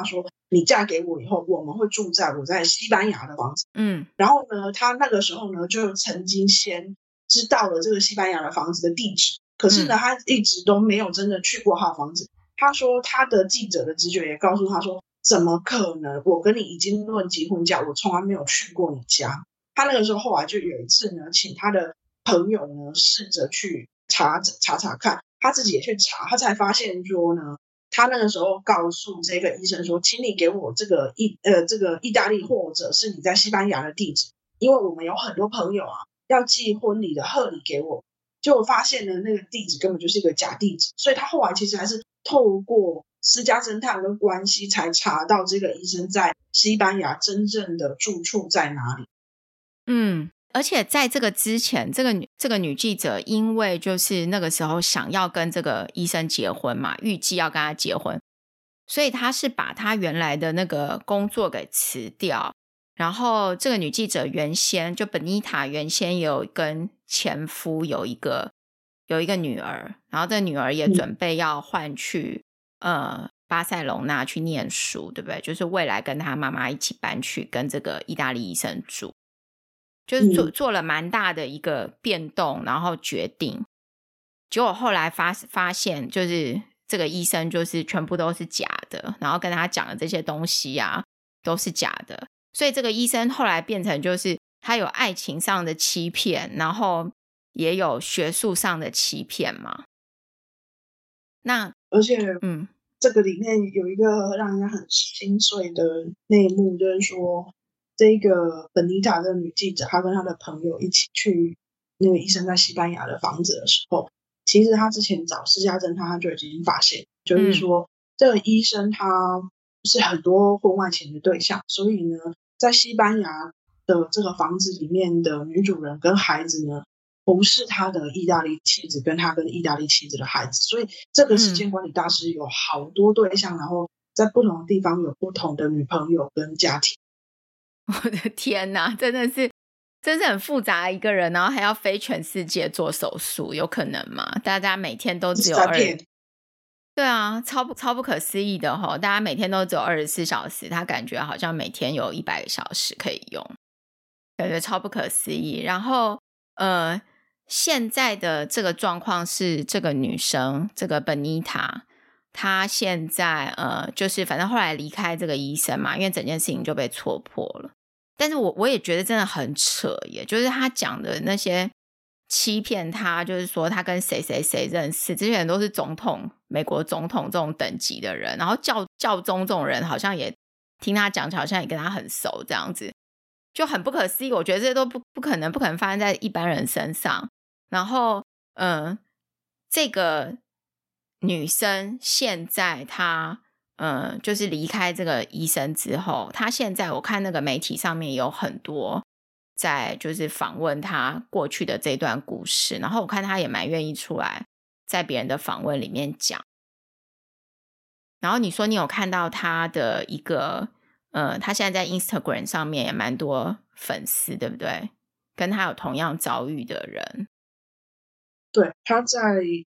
你嫁给我以后，我们会住在我在西班牙的房子。然后呢，他那个时候呢就曾经先知道了这个西班牙的房子的地址，可是呢他一直都没有真的去过他的房子。他说他的记者的直觉也告诉他说，怎么可能，我跟你已经论及婚嫁，我从来没有去过你家。他那个时候后来就有一次呢，请他的朋友呢试着去查看，他自己也去查，他才发现说呢，他那个时候告诉这个医生说，请你给我这个意大利或者是你在西班牙的地址，因为我们有很多朋友啊要寄婚礼的贺礼给我。结果发现呢，那个地址根本就是一个假地址，所以他后来其实还是透过私家侦探跟关系才查到这个医生在西班牙真正的住处在哪里。 而且在这个之前，这个女记者因为就是那个时候想要跟这个医生结婚嘛，预计要跟他结婚，所以她是把她原来的那个工作给辞掉。然后这个女记者原先就本妮塔原先有跟前夫有一个女儿，然后这女儿也准备要换去巴塞隆纳去念书，对不对？就是未来跟她妈妈一起搬去跟这个意大利医生住，就是做了蛮大的一个变动，然后决定。结果后来发现就是这个医生就是全部都是假的，然后跟他讲的这些东西啊都是假的。所以这个医生后来变成就是他有爱情上的欺骗，然后也有学术上的欺骗嘛。那而且这个里面有一个让人家很心碎的内幕，就是说这个本妮塔的女记者她跟她的朋友一起去那个医生在西班牙的房子的时候，其实她之前找私家侦探她就已经发现，就是说这个医生他是很多婚外情的对象，所以呢在西班牙的这个房子里面的女主人跟孩子呢不是他的意大利妻子跟他跟意大利妻子的孩子，所以这个时间管理大师有好多对象，然后在不同的地方有不同的女朋友跟家庭。 我的天哪，真是很复杂的一个人，然后还要飞全世界做手术，有可能吗？大家每天都只有对啊，超不可思议的齁，大家每天都只有24小时，他感觉好像每天有100个小时可以用，感觉超不可思议。然后现在的这个状况是这个女生，这个本妮塔，她现在就是反正后来离开这个医生嘛，因为整件事情就被戳破了。但是我也觉得真的很扯耶，就是他讲的那些欺骗他，就是说他跟谁谁谁认识，这些人都是总统，美国总统这种等级的人，然后教宗这种人好像也听他讲起来好像也跟他很熟，这样子就很不可思议。我觉得这些都不可能发生在一般人身上。然后这个女生现在她就是离开这个医生之后，她现在我看那个媒体上面有很多在就是访问她过去的这段故事，然后我看她也蛮愿意出来在别人的访问里面讲。然后你说你有看到她的一个她现在在 Instagram 上面也蛮多粉丝，对不对？跟她有同样遭遇的人。 对，她在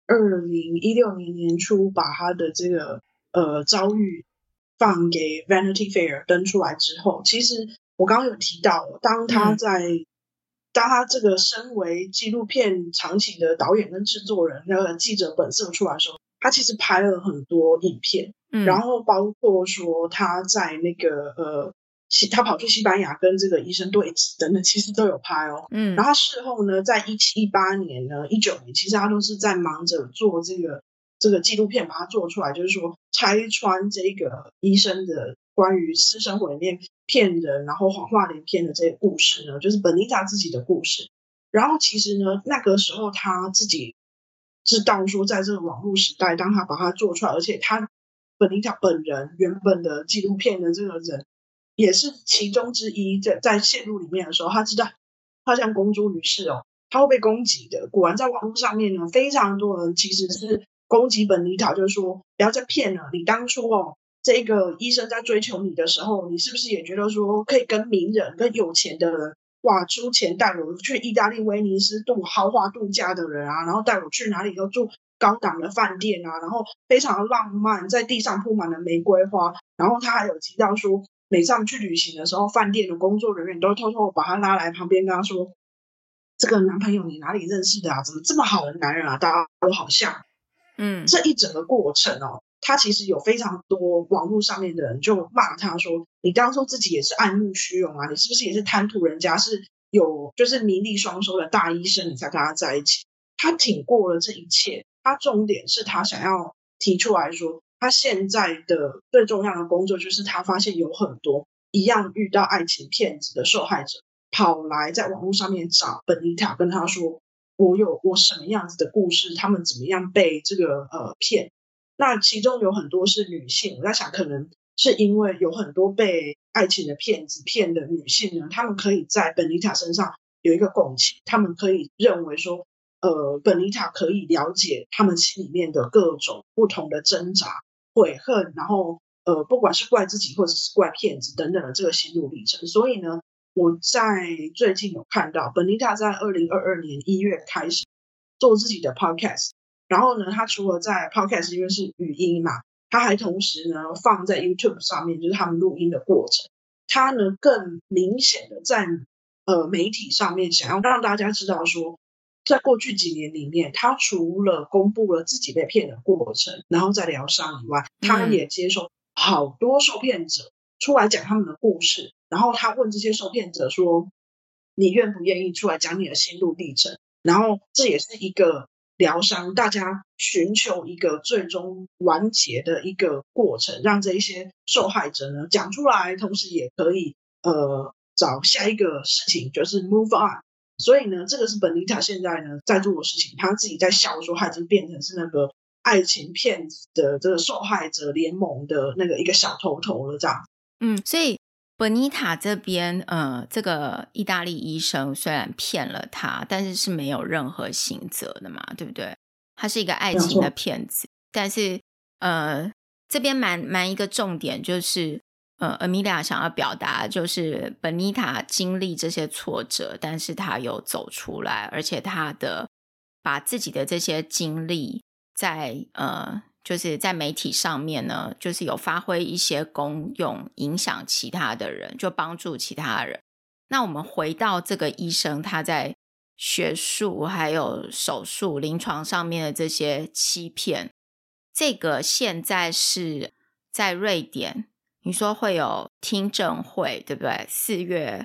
2016年年初把她的这个遭遇放给 Vanity Fair 登出来之后，其实我刚刚有提到，当他这个身为纪录片长期的导演跟制作人，那个记者本色出来的时候，他其实拍了很多影片，然后包括说他在那个他跑去西班牙跟这个医生对峙等等，其实都有拍哦。然后他事后呢，在1718年呢、19年，其实他都是在忙着做这个纪录片，把它做出来，就是说拆穿这个医生的关于私生活里面骗人，然后谎话连篇的这些故事呢，就是本妮塔自己的故事。然后其实呢，那个时候他自己知道说，在这个网络时代，当他把它做出来，而且本妮塔本人原本的纪录片的这个人也是其中之一，在线路里面的时候，他知道他像公主女士哦，他会被攻击的。果然在网络上面呢，非常多人其实是攻击本妮塔，就是说不要再骗了，你当初这个医生在追求你的时候，你是不是也觉得说可以跟名人跟有钱的人哇出钱带我去意大利威尼斯豪华度假的人啊，然后带我去哪里都住高档的饭店啊，然后非常的浪漫，在地上铺满了玫瑰花。然后他还有提到说，每次他们去旅行的时候，饭店的工作人员都偷偷把他拉来旁边跟他说，这个男朋友你哪里认识的啊？怎么这么好的男人啊？大家都好像。这一整个过程哦，他其实有非常多网络上面的人就骂他说，你当初自己也是爱慕虚荣啊，你是不是也是贪图人家是有就是名利双收的大医生，你才跟他在一起？他挺过了这一切，他重点是他想要提出来说，他现在的最重要的工作就是他发现有很多一样遇到爱情骗子的受害者，跑来在网络上面找本妮塔，跟他说我什么样子的故事，他们怎么样被这个骗。那其中有很多是女性，我在想可能是因为有很多被爱情的骗子骗的女性呢，她们可以在本妮塔身上有一个共情，她们可以认为说本妮塔可以了解他们心里面的各种不同的挣扎、悔恨，然后不管是怪自己或者是怪骗子等等的这个心路历程。所以呢，我在最近有看到本妮塔在2022年1月开始做自己的 podcast， 然后呢，他除了在 podcast 因为是语音嘛，他还同时呢放在 YouTube 上面，就是他们录音的过程。他呢更明显的在媒体上面想要让大家知道说，在过去几年里面，他除了公布了自己被骗的过程，然后在疗伤以外，他也接受好多受骗者出来讲他们的故事，然后他问这些受骗者说，你愿不愿意出来讲你的心路历程？然后这也是一个疗伤，大家寻求一个最终完结的一个过程，让这一些受害者呢讲出来，同时也可以找下一个事情，就是 move on。所以呢，这个是本妮塔现在呢在做的事情，她自己在笑说，她已经变成是那个爱情骗子的这个受害者联盟的那个一个小头头了，这样。 所以本妮塔这边这个意大利医生虽然骗了他，但是是没有任何刑责的嘛，对不对？他是一个爱情的骗子，但是这边蛮一个重点就是Amelia 想要表达就是本妮塔经历这些挫折，但是他有走出来，而且他把自己的这些经历在就是在媒体上面呢，就是有发挥一些功用，影响其他的人，就帮助其他人。那我们回到这个医生他在学术还有手术临床上面的这些欺骗，这个现在是在瑞典你说会有听证会对不对？4月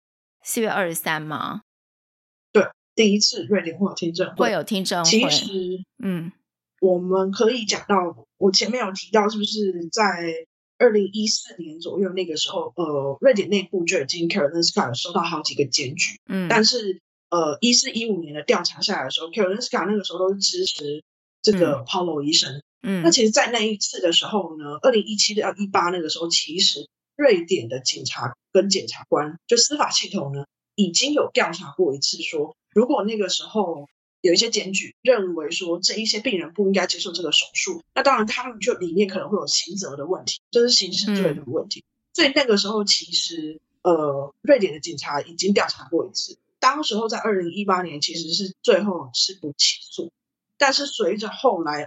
23吗？ 对，第一次瑞典会有听证会。 会有听证会。 其实我们可以讲到我前面有提到，是不是在2014年左右那个时候瑞典内部就已经 Karolinska 收到好几个检举。但是14、15年的调查下来的时候 Karolinska 那个时候都是支持这个 Paulo 医生。那其实在那一次的时候呢，2017到18那个时候，其实瑞典的警察跟检察官就司法系统呢已经有调查过一次，说如果那个时候有一些检举认为说这一些病人不应该接受这个手术，那当然他们就里面可能会有刑责的问题，这是刑事罪的问题。所以那个时候其实瑞典的警察已经调查过一次，当时候在2018年其实是最后是不起诉。但是随着后来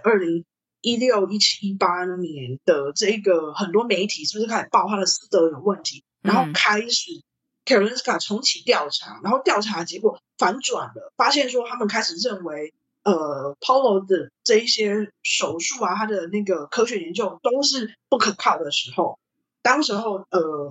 2016、17、18年的这个很多媒体是不是开始报他的私德有问题，然后开始Karolinska 重启调查，然后调查结果反转了，发现说他们开始认为Paulo 的这一些手术啊，他的那个科学研究都是不可靠的时候，当时候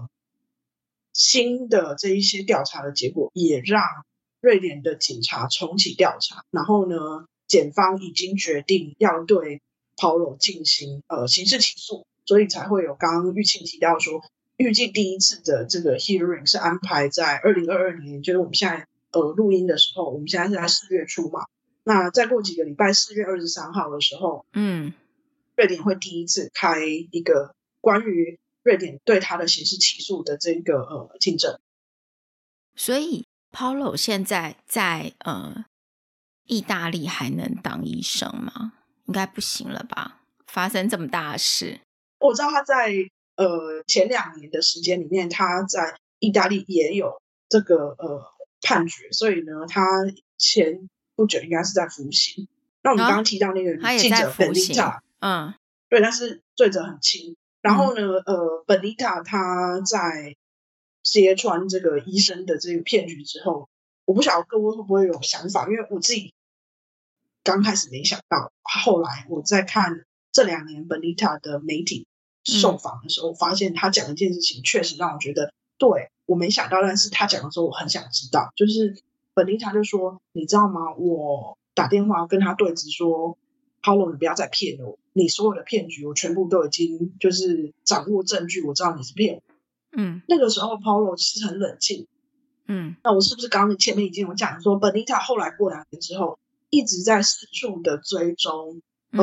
新的这一些调查的结果也让瑞典的警察重启调查，然后呢检方已经决定要对 Paulo 进行刑事起诉，所以才会有刚刚玉庆提到说预计第一次的这个 hearing 是安排在2022年，就是我们现在录音的时候，我们现在是在4月初嘛，那再过几个礼拜4月23号的时候瑞典会第一次开一个关于瑞典对他的刑事起诉的这个听证。 所以 Paulo 现在在意大利还能当医生吗？应该不行了吧，发生这么大的事。 我知道他在前2年的时间里面，他在意大利也有这个判决，所以呢他前不久应该是在服刑。 那我们刚刚提到那个记者本妮塔，对，但是罪责很轻。然后呢，本妮塔她在揭穿这个医生的这个骗局之后，我不晓得各位会不会有想法，因为我自己刚开始没想到，后来我在看这2年本妮塔的媒体受访的时候，发现他讲一件事情确实让我觉得，对，我没想到，但是他讲的时候我很想知道，就是本妮塔就说，你知道吗？我打电话跟他对质说，Paulo，你不要再骗了，你所有的骗局我全部都已经就是掌握证据，我知道你是骗我。那个时候 Paulo 是很冷静。那我是不是刚刚前面已经有讲说，本妮塔后来过2年之后一直在四处的追踪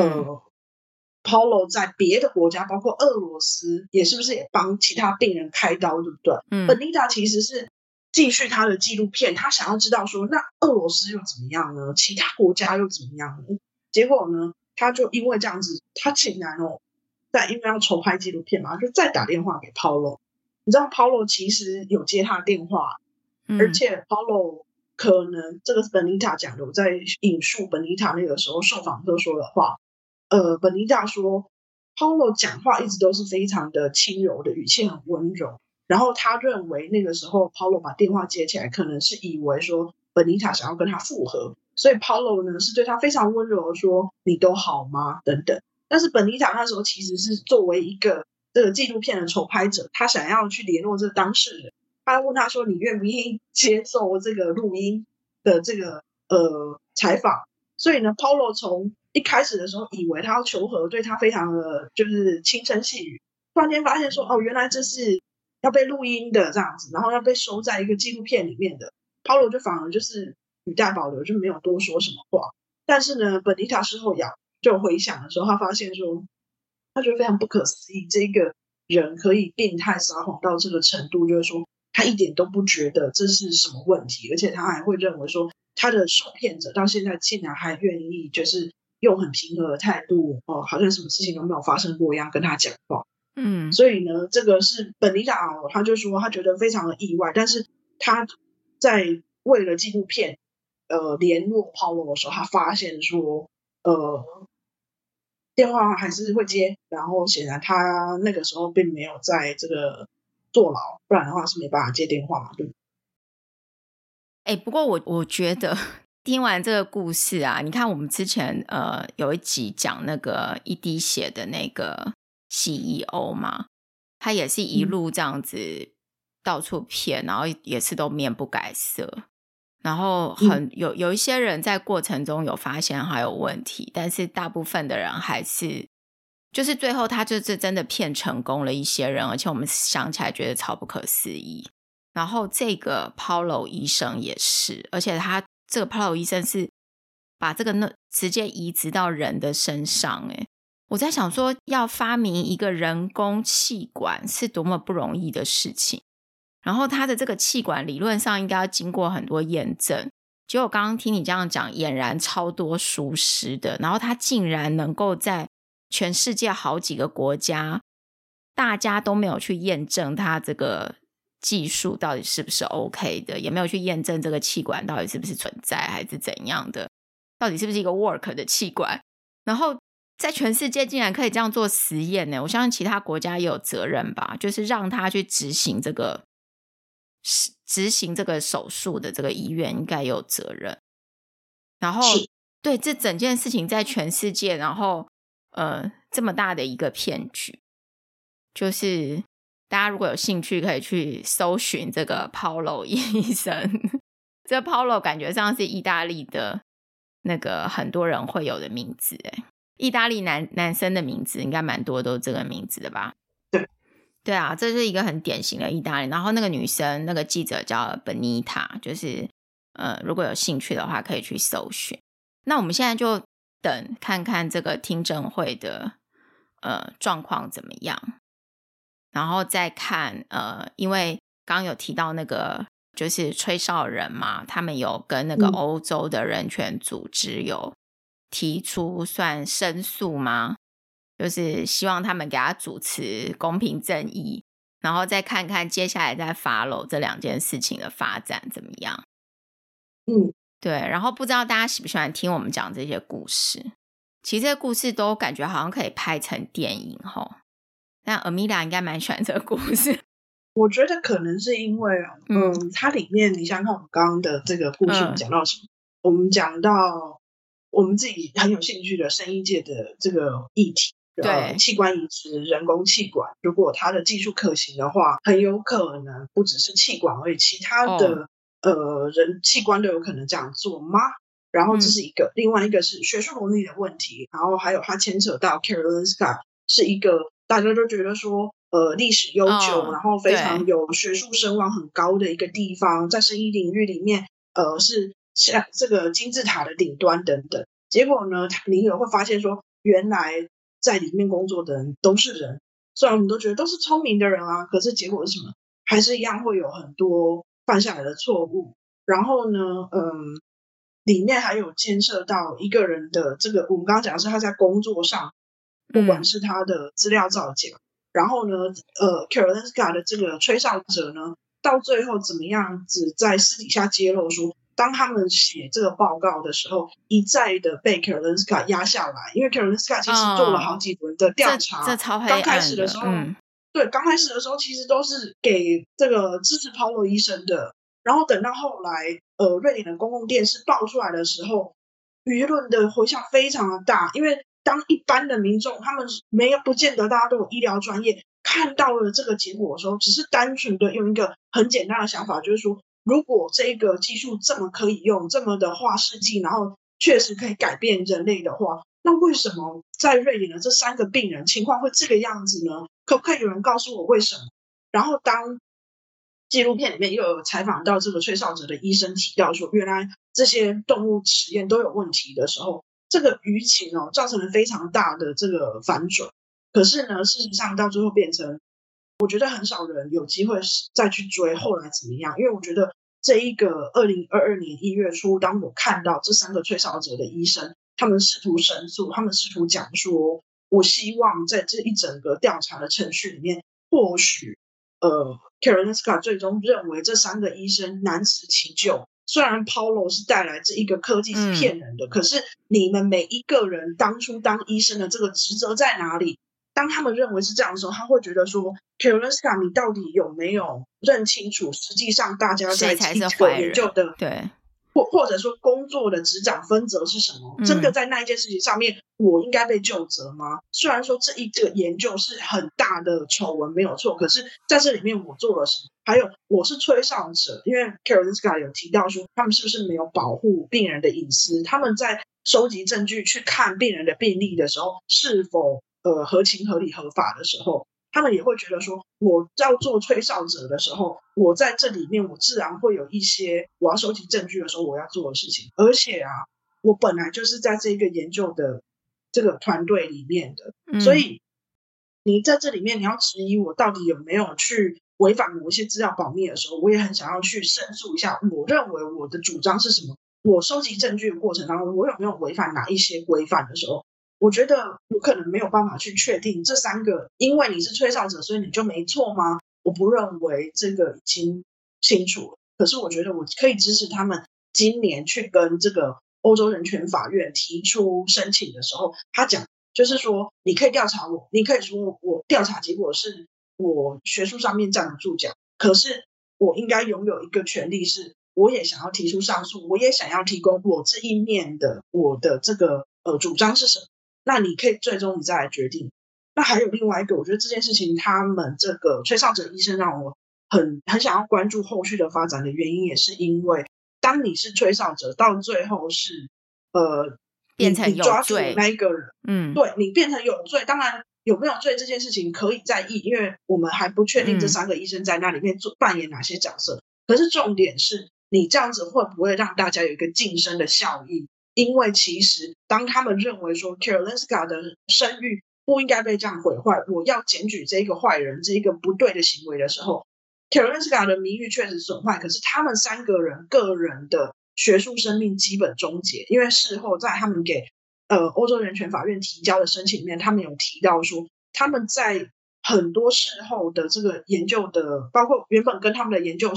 Paulo 在别的国家，包括俄罗斯，也是不是也帮其他病人开刀，对不对？本妮塔其实是继续他的纪录片，他想要知道说，那俄罗斯又怎么样呢？其他国家又怎么样呢？结果呢，他就因为这样子，他竟然因为要筹拍纪录片嘛，就再打电话给 Paulo。你知道 Paulo 其实有接他的电话，而且 Paulo 可能这个是本妮塔讲的，我在引述本妮塔那个时候受访时候说的话。本妮塔说 Paulo 讲话一直都是非常的轻柔的，语气很温柔，然后他认为那个时候 Paulo 把电话接起来可能是以为说本妮塔想要跟他复合，所以 Paulo 呢是对他非常温柔的说你都好吗等等。但是本妮塔那时候其实是作为一个这个纪录片的筹拍者，他想要去联络这个当事人，他问他说你愿不愿意接受这个录音的这个采访。所以呢 Paulo 从一开始的时候以为他要求和，对他非常的就是轻声细语，突然间发现说原来这是要被录音的这样子，然后要被收在一个纪录片里面的。 Paulo 就反而就是语带保留，就没有多说什么话。但是呢本妮塔事后就回想的时候，他发现说他觉得非常不可思议，这个人可以变态撒谎到这个程度，就是说他一点都不觉得这是什么问题，而且他还会认为说他的受骗者到现在竟然还愿意就是用很平和的态度好像什么事情都没有发生过一样跟他讲话。所以呢这个是本妮塔他就说他觉得非常的意外，但是他在为了纪录片联络 Paulo 的时候，他发现说电话还是会接，然后显然他那个时候并没有在这个坐牢，不然的话是没办法接电话嘛，对不对？ 不过我觉得听完这个故事啊，你看我们之前有一集讲那个一滴血的那个 CEO 嘛，他也是一路这样子到处骗，然后也是都面不改色，然后有一些人在过程中有发现还有问题，但是大部分的人还是就是最后他就是真的骗成功了一些人，而且我们想起来觉得超不可思议。然后这个 Paulo 医生也是，而且他这个 Paulo 医生是把这个直接移植到人的身上。我在想说要发明一个人工气管是多么不容易的事情，然后他的这个气管理论上应该要经过很多验证，结果刚刚听你这样讲俨然超多疏失的，然后他竟然能够在全世界好几个国家大家都没有去验证他这个技术到底是不是 OK 的，也没有去验证这个气管到底是不是存在还是怎样的，到底是不是一个 work 的气管，然后在全世界竟然可以这样做实验呢？我相信其他国家也有责任吧，就是让他去执行这个手术的这个医院应该也有责任。然后对这整件事情在全世界，然后这么大的一个骗局，就是大家如果有兴趣可以去搜寻这个 Paulo 医生这个 Paulo 感觉上是意大利的那个很多人会有的名字意大利男生的名字应该蛮多都是这个名字的吧。对啊，这是一个很典型的意大利。然后那个女生那个记者叫 Benita， 就是如果有兴趣的话可以去搜寻。那我们现在就等看看这个听证会的状况怎么样，然后再看因为刚有提到那个就是吹哨人嘛，他们有跟那个欧洲的人权组织有提出算申诉吗，就是希望他们给他主持公平正义，然后再看看接下来再 follow 这2件事情的发展怎么样。 对，然后不知道大家喜不喜欢听我们讲这些故事，其实这些故事都感觉好像可以拍成电影齁，但 Amelia 应该蛮喜欢这个故事。 我觉得可能是因为它里面你想看我们刚刚的这个故事讲到什么，我们讲到我们自己很有兴趣的生医界的这个议题， 对， 器官移植、人工气管，如果它的技术可行的话，很有可能不只是气管而已，其他的人器官都有可能这样做吗？然后这是一个，另外一个是学术伦理的问题，然后还有它牵扯到 Karolinska 是一个大家都觉得说历史悠久，然后非常有学术声望很高的一个地方，在生医领域里面是像这个金字塔的顶端等等。结果呢，你也会发现说，原来在里面工作的人都是人，虽然我们都觉得都是聪明的人啊，可是结果是什么？还是一样会有很多犯下来的错误。然后呢，里面还有牵涉到一个人的这个，我们刚刚讲的是他在工作上，不管是他的资料造假，然后呢Karolinska 的这个吹哨者呢，到最后怎么样子在私底下揭露说，当他们写这个报告的时候，一再的被 Karolinska 压下来，因为 Karolinska 其实做了好几轮的调查， 这超黑暗的。 刚开始的时候，对，刚开始的时候其实都是给这个支持 Paulo 医生的，然后等到后来瑞典的公共电视爆出来的时候，舆论的回响非常的大，因为当一般的民众他们不见得大家都有医疗专业，看到了这个结果的时候，只是单纯的用一个很简单的想法，就是说如果这个技术这么可以用，这么的划世纪，然后确实可以改变人类的话，那为什么在瑞典的这3个病人情况会这个样子呢？可不可以有人告诉我为什么？然后当纪录片里面又有采访到这个吹哨者的医生提到说，原来这些动物实验都有问题的时候，这个舆情造成了非常大的这个反转。可是呢，事实上到最后变成，我觉得很少人有机会再去追后来怎么样，因为我觉得这一个2022年1月初，当我看到这3个吹哨者的医生，他们试图申诉，他们试图讲说，我希望在这一整个调查的程序里面，或许Karolinska 最终认为这3个医生难辞其咎。虽然 Paulo 是带来这一个科技是骗人的，可是你们每一个人当初当医生的这个职责在哪里？当他们认为是这样的时候，他会觉得说 Karolinska 你到底有没有认清楚实际上大家在这个研究的对， 或者说工作的职掌分责是什么？真的在那一件事情上面，我应该被究责吗？虽然说这一个研究是很大的丑闻没有错，可是在这里面我做了什么？还有我是吹哨者，因为 Karolinska 有提到说，他们是不是没有保护病人的隐私？他们在收集证据去看病人的病历的时候，是否合情合理合法的时候，他们也会觉得说，我要做吹哨者的时候，我在这里面我自然会有一些我要收集证据的时候我要做的事情，而且啊，我本来就是在这个研究的这个团队里面的，所以你在这里面你要质疑我到底有没有去违反某一些资料保密的时候，我也很想要去申诉一下，我认为我的主张是什么，我收集证据的过程当中我有没有违反哪一些规范的时候，我觉得我可能没有办法去确定这3个，因为你是吹哨者所以你就没错吗？我不认为这个已经清楚了，可是我觉得我可以支持他们今年去跟这个欧洲人权法院提出申请的时候，他讲就是说你可以调查我，你可以说我调查结果是我学术上面站不住脚，可是我应该拥有一个权利，是我也想要提出上诉，我也想要提供我这一面的我的这个主张是什么，那你可以最终你再来决定。那还有另外一个，我觉得这件事情他们这个吹哨者医生让我很想要关注后续的发展的原因，也是因为当你是吹哨者到最后是变成有罪， 你抓住那一个人，对，你变成有罪，当然有没有罪这件事情可以在意，因为我们还不确定这3个医生在那里面扮演哪些角色，可是重点是你这样子会不会让大家有一个晋升的效应，因为其实当他们认为说 Karolinska 的声誉不应该被这样毁坏，我要检举这一个坏人这一个不对的行为的时候， Karolinska 的名誉确实损坏，可是他们3个人个人的学术生命基本终结，因为事后在他们给欧洲人权法院提交的申请里面，他们有提到说他们在很多事后的这个研究的，包括原本跟他们的研究生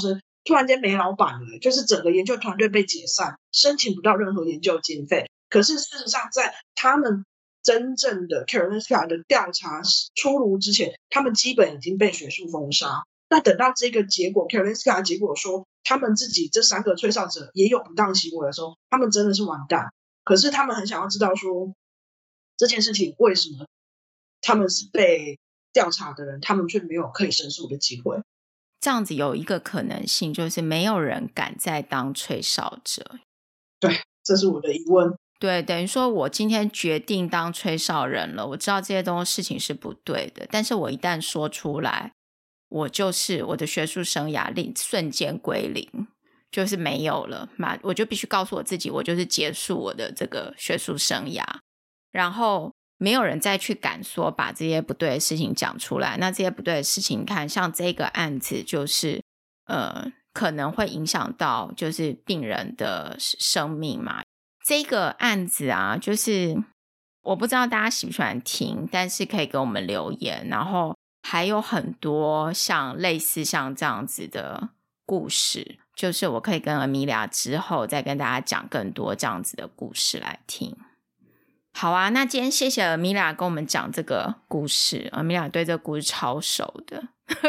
突然间没老板了，就是整个研究团队被解散，申请不到任何研究经费。可是事实上在他们真正的 Karolinska 的调查出炉之前，他们基本已经被学术封杀。那等到这个结果 Karolinska 结果说他们自己这3个吹哨者也有不当行为的时候，他们真的是完蛋。可是他们很想要知道说这件事情为什么他们是被调查的人，他们却没有可以申诉的机会。 这样子有一个可能性，就是没有人敢再当吹哨者。 对，这是我的疑问。 对，等于说我今天决定当吹哨人了，我知道这些事情是不对的，但是我一旦说出来，我的学术生涯瞬间归零，就是没有了嘛，我就必须告诉我自己，我就是结束我的这个学术生涯，然后没有人再去敢说把这些不对的事情讲出来。那这些不对的事情，你看像这个案子就是可能会影响到就是病人的生命嘛。这个案子啊，就是我不知道大家喜不喜欢听，但是可以给我们留言，然后还有很多类似像这样子的故事，就是我可以跟Amelia之后再跟大家讲更多这样子的故事来听。好啊，那今天谢谢Amelia跟我们讲这个故事。Amelia对这个故事超熟的。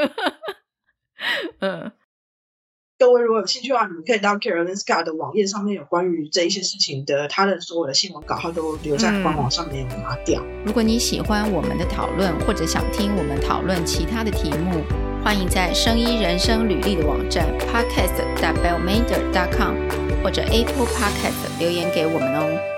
各位如果有兴趣的话，你们可以到 Karolinska 的网页上面有关于这一些事情的，他的所有的新闻稿他都留在官网上面拿掉。 如果你喜欢我们的讨论，或者想听我们讨论其他的题目，欢迎在生医人生履历的网站 podcast.bellmader.com 或者 Apple Podcast 留言给我们哦。